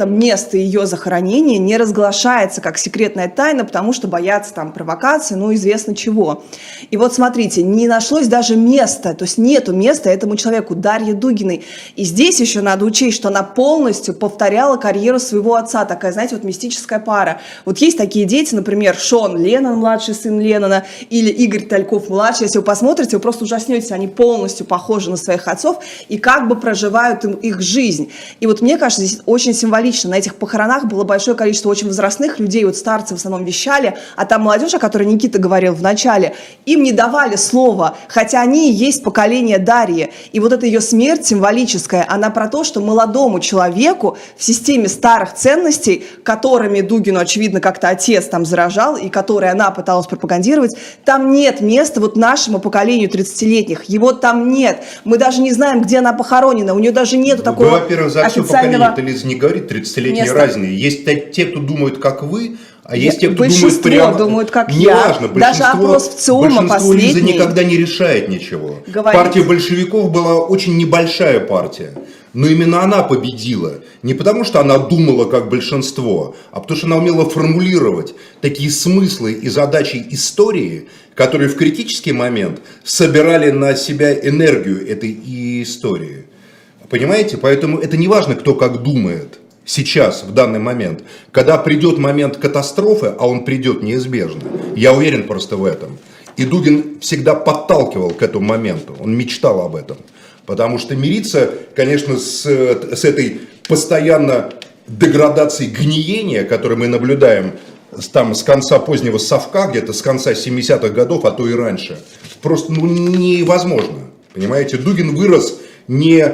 этом место ее захоронения не разглашается как секретная тайна, потому что боятся там провокации, ну, известно чего. И вот смотрите, не нашлось даже места, то есть нету места этому человеку, Дарье Дугиной. И здесь еще надо учесть, что она полностью повторяла карьеру своего отца, такая, знаете, вот мистическая пара. Вот есть такие дети, например, Шон Леннон, младший сын Леннона, или Игорь Тальков, младший. Если вы посмотрите, вы просто ужаснетесь, они полностью похожи на своих отцов и как бы проживают их жизнь. И вот мне кажется, здесь очень символично. На этих похоронах было большое количество очень возрастных людей, вот старцы в основном вещали, а там молодежь, о которой Никита говорил в начале, им не давали слова, хотя они и есть поколение Дарьи. И вот эта ее смерть символическая, она про то, что молодому человеку в системе старых ценностей, которыми Дугину, очевидно, как-то отец там заражал, и которые она пыталась пропагандировать, там нет места вот нашему поколению 30-летних. Его там нет. Мы даже не знаем, где она похоронена. У нее даже нету такого во-первых, за все официального поколение, Лиза не говорит, 30-летние места. Разные. Есть те, кто думают, как вы, а есть те, кто большинство думают прямо... думают, как Неважно, я. Даже опрос в ЦИОМа последний. Лиза никогда не решает ничего. Говорит. Партия большевиков была очень небольшая партия. Но именно она победила. Не потому, что она думала как большинство, а потому, что она умела формулировать такие смыслы и задачи истории, которые в критический момент собирали на себя энергию этой истории. Понимаете? Поэтому это не важно, кто как думает сейчас, в данный момент. Когда придет момент катастрофы, а он придет неизбежно, я уверен просто в этом. И Дугин всегда подталкивал к этому моменту, он мечтал об этом. Потому что мириться, конечно, с этой постоянно деградацией гниения, которую мы наблюдаем там с конца позднего совка, где-то с конца 70-х годов, а то и раньше, просто невозможно. Понимаете, Дугин вырос не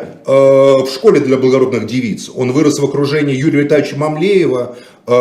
в школе для благородных девиц, он вырос в окружении Юрия Витальевича Мамлеева,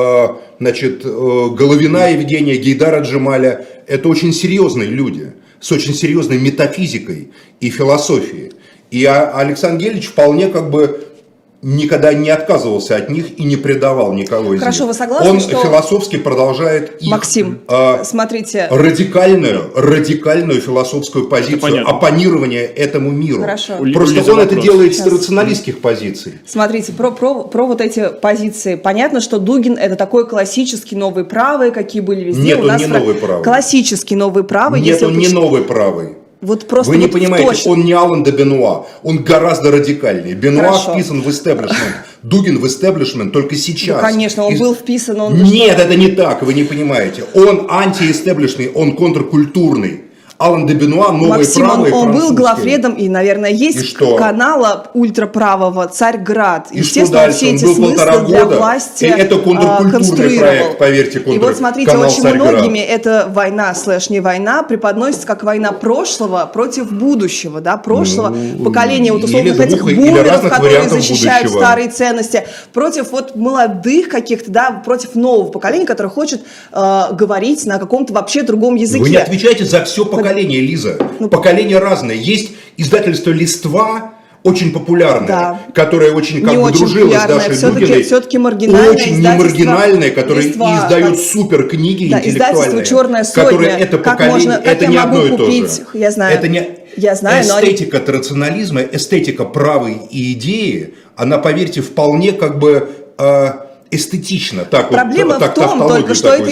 Головина Евгения, Гейдара Джемаля. Это очень серьезные люди, с очень серьезной метафизикой и философией. И Александр Гельевич вполне как бы никогда не отказывался от них и не предавал никого из них. Хорошо, вы согласны, он что... философски продолжает их Максим, смотрите... радикальную философскую позицию оппонирования этому миру. Хорошо. Просто он это делает с рационалистских позиций. Смотрите, про вот эти позиции. Понятно, что Дугин это такой классический новый правый, какие были везде. Нет, он не новый правый. Классический новый правый. Нет, он не новый правый. Вот просто вы не вот понимаете, точно. он не Алан де Бенуа, он гораздо радикальнее. Бенуа вписан в истеблишмент, Дугин в истеблишмент только сейчас. Ну, конечно, он был вписан. Нет, это не так, вы не понимаете. Он антиистеблишный, он контркультурный. Алан де Бенуа, новые Максим, правые он был французские. главредом, и, наверное, есть канала ультраправого «Царьград». И естественно, он все эти смыслы для власти и это контркультурный проект, поверьте, И вот смотрите, очень многими эта война, не война, преподносится как война прошлого против будущего, да, прошлого поколения, вот условных этих бумеров, которые защищают будущего. Старые ценности, против вот молодых каких-то, да, против нового поколения, которое хочет говорить на каком-то вообще другом языке. Вы не отвечаете за все поколение, Лиза. Поколения разные. Есть издательство «Листва», очень популярное, да. Которое очень как бы дружило с Дашей Дугиной. Все-таки маргинальное. Очень не маргинальное, которое издает супер книги интеллектуальные. «Черная сотня». Которые это поколение, это не одно и то же. Я знаю. Это не эстетика традиционализма, эстетика правой идеи, она, поверьте, вполне как бы... эстетично. Проблема в том только, что этой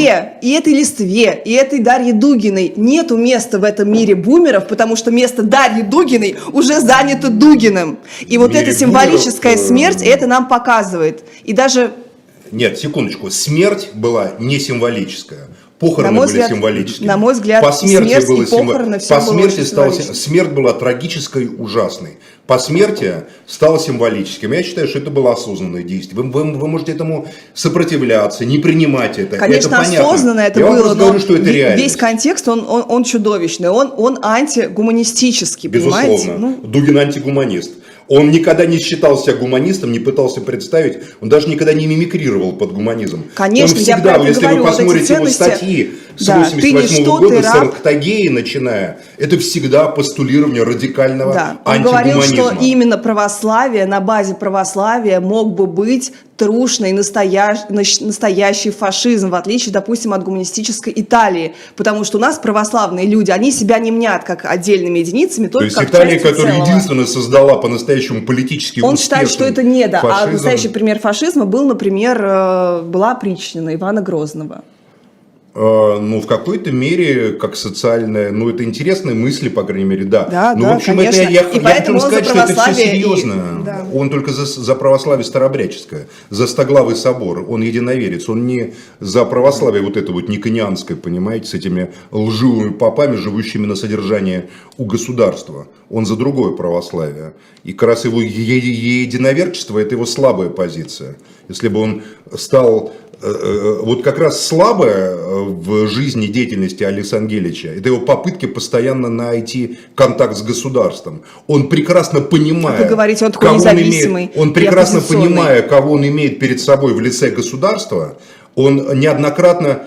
листве, и этой Дарье Дугиной нету места в этом мире бумеров, потому что место Дарьи Дугиной уже занято Дугиным. И вот эта символическая смерть это нам показывает. И даже... Нет, секундочку. Смерть была не символическая. Похороны были символическими. На мой взгляд, по смерти было похороны, все было очень символическим. Смерть была трагической, ужасной. Посмертие стало символическим. Я считаю, что это было осознанное действие. Вы можете этому сопротивляться, не принимать это. Конечно, это понятно. осознанно это Я было, вам говорю, что это реальность. Весь контекст, он чудовищный, он антигуманистический, безусловно. Понимаете? Дугин антигуманист. Он никогда не считал себя гуманистом, не пытался представить, он даже никогда не мимикрировал под гуманизм. Конечно, он всегда, я если говорю, вы посмотрите его статьи с 1988 года, с Арктагеи начиная, это всегда постулирование радикального антигуманизма. Он говорил, что именно православие, на базе православия мог бы быть трушный, настоящий фашизм, в отличие, допустим, от гуманистической Италии. Потому что у нас православные люди, они себя не мнят как отдельными единицами, только как частью Италия, которая целого. единственная создала по-настоящему по-настоящему политически Он считает, что это не да. фашизм. А настоящий пример фашизма был, например, была опричнина Ивана Грозного. Ну, в какой-то мере, как социальная, ну, это интересные мысли, по крайней мере, да. Да, ну, да, в общем, конечно. это я хочу сказать, что это все серьезно. Да. Он только за православие старообрядческое, за Стоглавый собор, он единоверец, он не за православие вот это вот никонианское, понимаете, с этими лживыми попами, живущими на содержание у государства. Он за другое православие. И как раз его единоверчество – это его слабая позиция. Если бы он стал... Вот как раз слабое в жизни деятельности Александра Ангелича, это его попытки постоянно найти контакт с государством. Он прекрасно понимая, вы говорите, он такой независимый, он прекрасно понимая, кого он имеет перед собой в лице государства, он неоднократно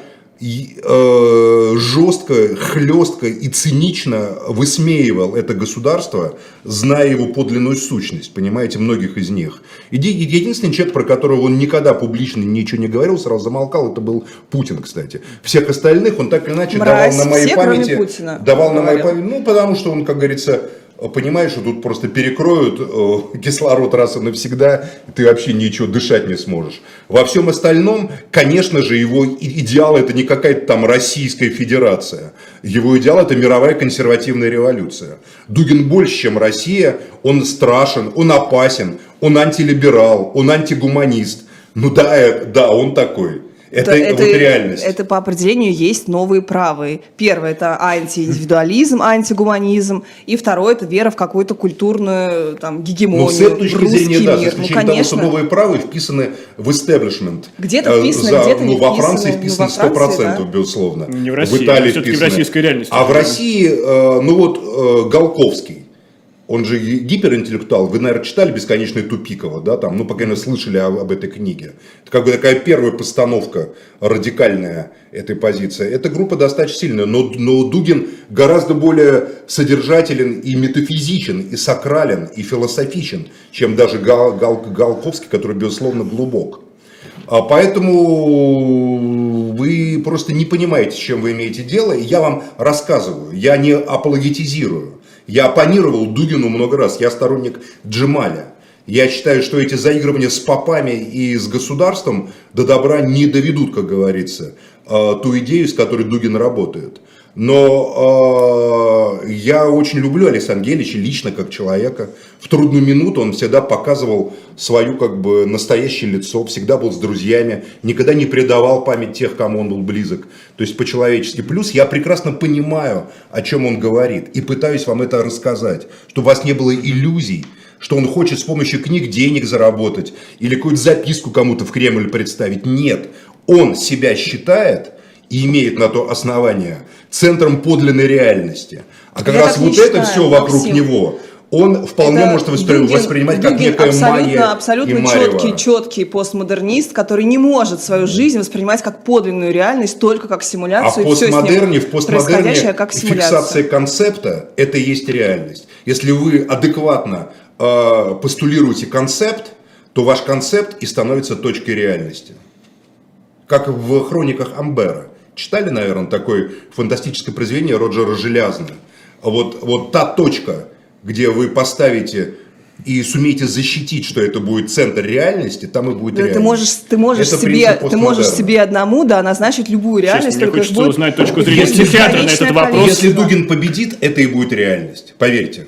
жестко, хлестко и цинично высмеивал это государство, зная его подлинную сущность, понимаете, многих из них. Единственный человек, про которого он никогда публично ничего не говорил, сразу замолкал, это был Путин, кстати. Всех остальных он так или иначе давал на моей памяти. Ну, потому что он, как говорится, понимаешь, что тут просто перекроют кислород раз и навсегда, и ты вообще ничего дышать не сможешь. Во всем остальном, конечно же, его идеал это не какая-то там Российская Федерация. Его идеал это мировая консервативная революция. Дугин больше, чем Россия, он страшен, он опасен, он антилиберал, он антигуманист. Ну да, он такой. Это вот реальность. Это по определению есть новые правые. Первое – это антииндивидуализм, антигуманизм. И второе – это вера в какую-то культурную там, гегемонию, с этой точки зрения, да, мир. за исключением того, что новые правые вписаны в истеблишмент. Где-то вписаны, где-то не во Франции вписаны 100%, да? Безусловно. Не в России, в Италии все-таки вписаны. в российской реальности. А в России, Голковский. Он же гиперинтеллектуал. Вы, наверное, читали «Бесконечное Тупиково», да, там, ну, по крайней мере, слышали об этой книге. Это как бы такая первая постановка радикальная этой позиции. Эта группа достаточно сильная, но Дугин гораздо более содержателен и метафизичен, и сакрален, и философичен, чем даже Голковский, который, безусловно, глубок. Поэтому вы просто не понимаете, с чем вы имеете дело, и я вам рассказываю, я не апологетизирую. Я оппонировал Дугину много раз, я сторонник Джемаля. Я считаю, что эти заигрывания с попами и с государством до добра не доведут, как говорится, ту идею, с которой Дугин работает. Но я очень люблю Александра Ангелича лично как человека. В трудную минуту он всегда показывал свое как бы настоящее лицо, всегда был с друзьями, никогда не предавал память тех, кому он был близок. То есть по-человечески. Плюс я прекрасно понимаю, о чем он говорит, и пытаюсь вам это рассказать, чтобы у вас не было иллюзий, что он хочет с помощью книг денег заработать или какую-то записку кому-то в Кремль представить. Нет, он себя считает и имеет на то основание центром подлинной реальности. А как раз вот это все вокруг него, он вполне может воспринимать как некая магия. Абсолютно четкий постмодернист, который не может свою жизнь воспринимать как подлинную реальность, только как симуляцию. В постмодерне фиксация концепта – это и есть реальность. Если вы адекватно постулируете концепт, то ваш концепт и становится точкой реальности. Как в хрониках Амбера. Читали, наверное, такое фантастическое произведение Роджера Желязна. Вот та точка, где вы поставите и сумеете защитить, что это будет центр реальности, там и будет реальность. Ты можешь себе одному назначить любую реальность. Мне хочется узнать точку зрения психиатра на этот вопрос. Если Дугин победит, это и будет реальность. Поверьте.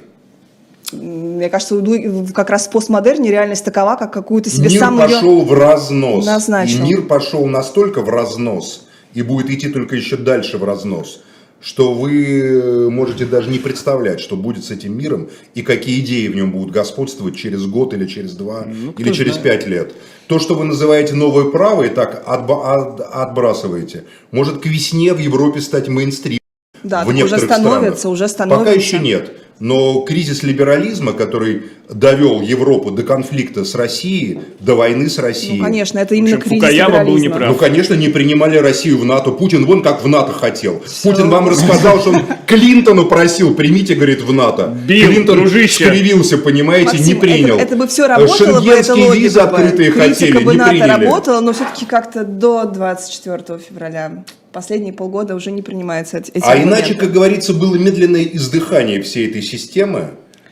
Мне кажется, как раз в постмодерне реальность такова, как какую-то себе сам Мир пошел в разнос. Назначил. И мир пошел настолько в разнос, и будет идти только еще дальше в разнос, что вы можете даже не представлять, что будет с этим миром, и какие идеи в нем будут господствовать через год, или через 2, или через 5 лет. То, что вы называете новое право, и так отбрасываете, может к весне в Европе стать мейнстримом. Да, уже становится. Пока еще нет. Но кризис либерализма, который довел Европу до конфликта с Россией, до войны с Россией. Ну, конечно, это именно кризис Фукаяма был неправ. Ну, конечно, не принимали Россию в НАТО. Путин вон как в НАТО хотел. Путин вам рассказал, что он Клинтону просил, примите, говорит, в НАТО. Клинтон скривился, понимаете, Максим, не принял. Это бы все работало по этой логике. Визы открытые хотели, не НАТО приняли. Работало, но все-таки как-то до 24 февраля. Последние полгода уже не принимаются эти моменты. Иначе, как говорится, было медленное издыхание всей этой системы.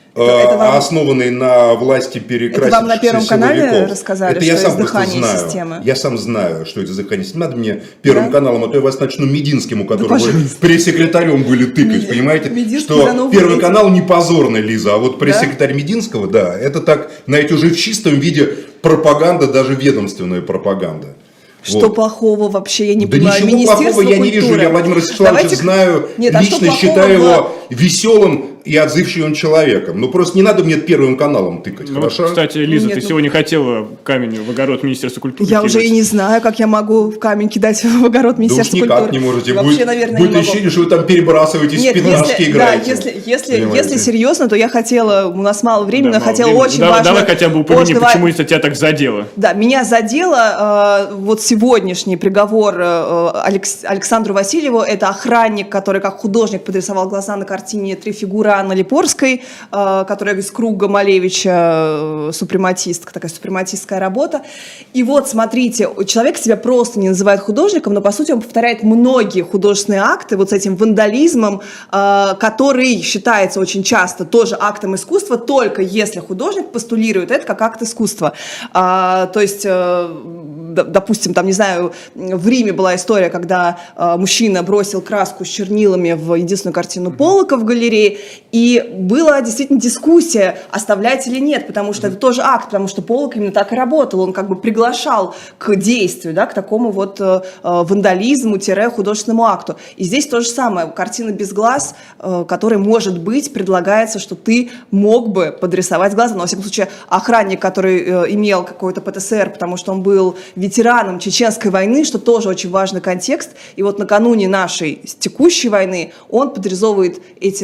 основанный на власти перекрасившихся Это вам на Первом канале силовиков. рассказали, это что я есть сам дыхание знаю. системы? Я сам знаю, что это дыхание системы. Надо мне Первым каналом, а то я вас начну Мединским, у которого вы пресс-секретарем были тыкать, понимаете? Что Первый канал не позорный, Лиза, а вот пресс-секретарь Мединского, да, это так, знаете, уже в чистом виде пропаганда, даже ведомственная пропаганда. Что плохого вообще, я не понимаю. Ничего плохого я не вижу. Я Владимира Вячеславовича знаю, лично считаю его веселым и отзывчивым человеком. Ну просто не надо мне Первым каналом тыкать, хорошо? Кстати, Лиза, ты сегодня хотела камень в огород Министерства культуры Я кидать. уже и не знаю, как я могу в камень кидать в огород Министерства культуры. Да уж никак не можете. Вообще, наверное, будет не могу. ощущение, что вы там перебрасываетесь, в пятнашки играете. Если серьезно, то я хотела, у нас мало времени, но хотела очень важно... Давай хотя бы упомяни, почему это тебя так задело. Да, меня задело вот сегодняшний приговор Александру Васильеву. Это охранник, который как художник подрисовал глаза на картине «Три фигуры» Анны Липорской, которая из круга Малевича, супрематистка, такая супрематистская работа. И вот, смотрите, человек себя просто не называет художником, но, по сути, он повторяет многие художественные акты вот с этим вандализмом, который считается очень часто тоже актом искусства, только если художник постулирует это как акт искусства. То есть, допустим, там, не знаю, в Риме была история, когда мужчина бросил краску с чернилами в единственную картину Поллока в галерее, и была действительно дискуссия, оставлять или нет, потому что это тоже акт, потому что Поллок именно так и работал, он как бы приглашал к действию, да, к такому вот вандализму-художественному акту. И здесь то же самое, картина «Без глаз», которой, может быть, предлагается, что ты мог бы подрисовать глаза, но, во всяком случае, охранник, который имел какой-то ПТСР, потому что он был ветераном Чеченской войны, что тоже очень важный контекст, и вот накануне нашей текущей войны он подрисовывает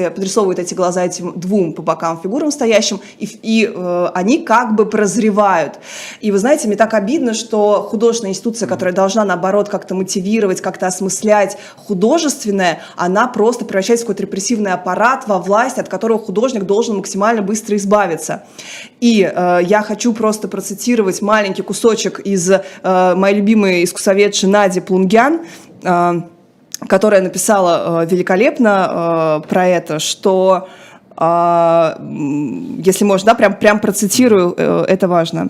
эти глаза этим двум по бокам фигурам стоящим, и они как бы прозревают. И вы знаете, мне так обидно, что художественная институция, которая должна, наоборот, как-то мотивировать, как-то осмыслять художественное, она просто превращается в какой-то репрессивный аппарат, во власть, от которого художник должен максимально быстро избавиться. И я хочу просто процитировать маленький кусочек из моей любимой искусствоведши Нади Плунгян, которая написала великолепно про это, что, если можно, да, прям процитирую, это важно.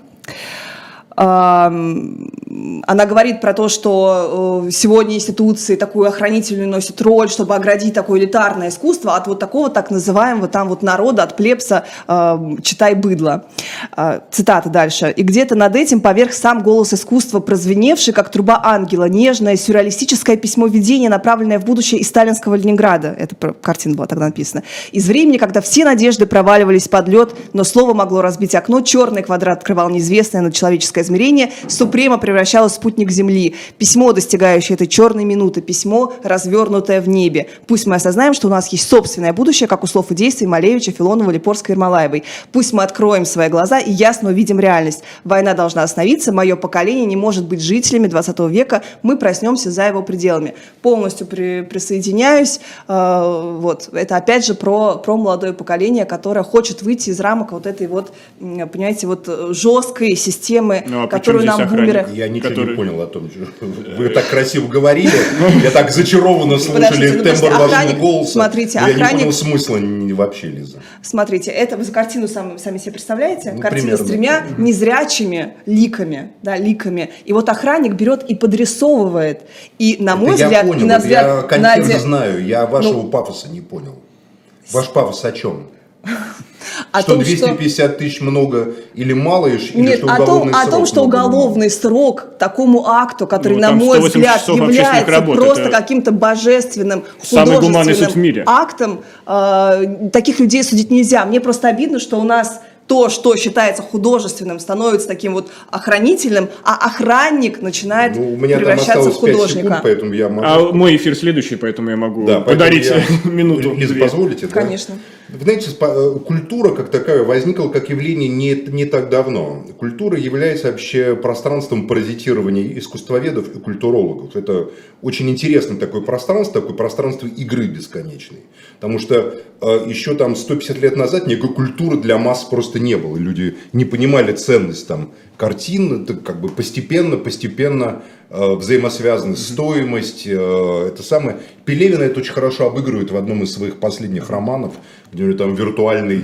Она говорит про то, что сегодня институции такую охранительную носят роль, чтобы оградить такое элитарное искусство от вот такого так называемого там вот народа, от плебса, читай быдло. Цитата дальше. «И где-то над этим поверх сам голос искусства, прозвеневший, как труба ангела, нежное, сюрреалистическое письмо видения, направленное в будущее из сталинского Ленинграда». Это картина была тогда написана. «Из времени, когда все надежды проваливались под лед, но слово могло разбить окно, черный квадрат открывал неизвестное надчеловеческое измерение, Супрема превращалась в спутник Земли. Письмо, достигающее этой черной минуты, письмо, развернутое в небе. Пусть мы осознаем, что у нас есть собственное будущее, как у слов и действий Малевича, Филонова, Липорской, Ермолаевой. Пусть мы откроем свои глаза и ясно увидим реальность. Война должна остановиться, мое поколение не может быть жителями 20 века, мы проснемся за его пределами». Полностью присоединяюсь. Вот. Это опять же про молодое поколение, которое хочет выйти из рамок вот этой вот, понимаете, вот жесткой системы, которую нам бумеры... Я ничего не понял о том, что вы так красиво говорили, я так зачарованно слушали тембр вашего голоса. Смотрите, я не понял смысла вообще, Лиза. Смотрите, это вы картину сами себе представляете? Картина с тремя незрячими ликами, да, ликами. И вот охранник берет и подрисовывает. И на мой взгляд... Я понял, я контекст знаю, я вашего пафоса не понял. Ваш пафос о чем? Что 250 тысяч много или мало, или нет, что уголовный срок? О том, что уголовный срок такому акту, который, на мой взгляд, является просто каким-то божественным, художественным актом, таких людей судить нельзя. Мне просто обидно, что у нас то, что считается художественным, становится таким вот охранительным, а охранник начинает превращаться в художника. 5 секунд, поэтому я могу... А мой эфир следующий, поэтому я могу подарить минуту. Лиза, позволите? Конечно. Вы знаете, культура как такая возникла как явление не так давно. Культура является вообще пространством паразитирования искусствоведов и культурологов. Это очень интересное такое пространство игры бесконечной. Потому что еще там 150 лет назад никакой культуры для масс просто не было. Люди не понимали ценность там картин, это как бы постепенно взаимосвязаны стоимость, это самое. Пелевина это очень хорошо обыгрывает в одном из своих последних романов, где у него там виртуальный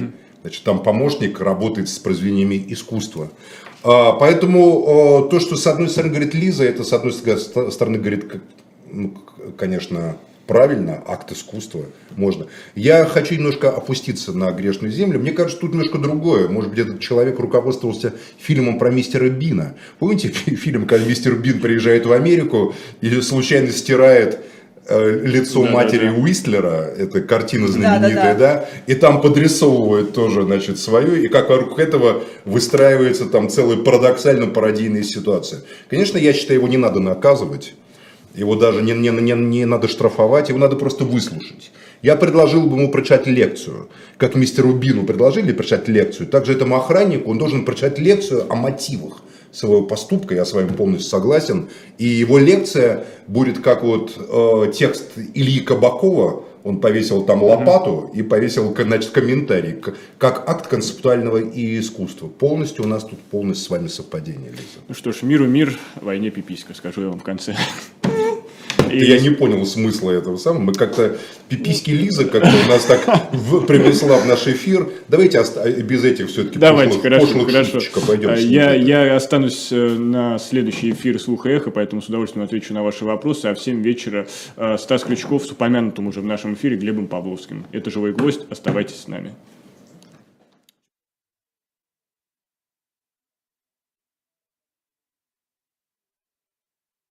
Значит, там помощник работает с произведениями искусства. Поэтому то, что с одной стороны говорит Лиза, это с одной стороны говорит, ну, конечно, правильно, акт искусства, можно. Я хочу немножко опуститься на грешную землю. Мне кажется, тут немножко другое. Может быть, этот человек руководствовался фильмом про мистера Бина. Помните фильм, когда мистер Бин приезжает в Америку и случайно стирает лицо матери Уистлера, это картина знаменитая, да, и там подрисовывают тоже, значит, свое, и как вокруг этого выстраивается там целая парадоксально-пародийная ситуация. Конечно, я считаю, его не надо наказывать, его даже не надо штрафовать, его надо просто выслушать. Я предложил бы ему прочитать лекцию, как мистеру Бину предложили прочитать лекцию, также этому охраннику он должен прочитать лекцию о мотивах своего поступка, я с вами полностью согласен, и его лекция будет как вот текст Ильи Кабакова, он повесил там лопату и повесил, значит, комментарий, как акт концептуального и искусства. Полностью у нас тут полностью с вами совпадение, Лиза. Ну что ж, миру мир, войне пиписька, скажу я вам в конце. Я не понял смысла этого самого. Мы как-то пиписьки Лиза как-то у нас так принесла в наш эфир. Давайте без этих все-таки пошлых шуточек пойдем. Я останусь на следующий эфир «Слух и эхо», поэтому с удовольствием отвечу на ваши вопросы. А в 7 вечера Стас Крючков с упомянутым уже в нашем эфире Глебом Павловским. Это «Живой гвоздь». Оставайтесь с нами.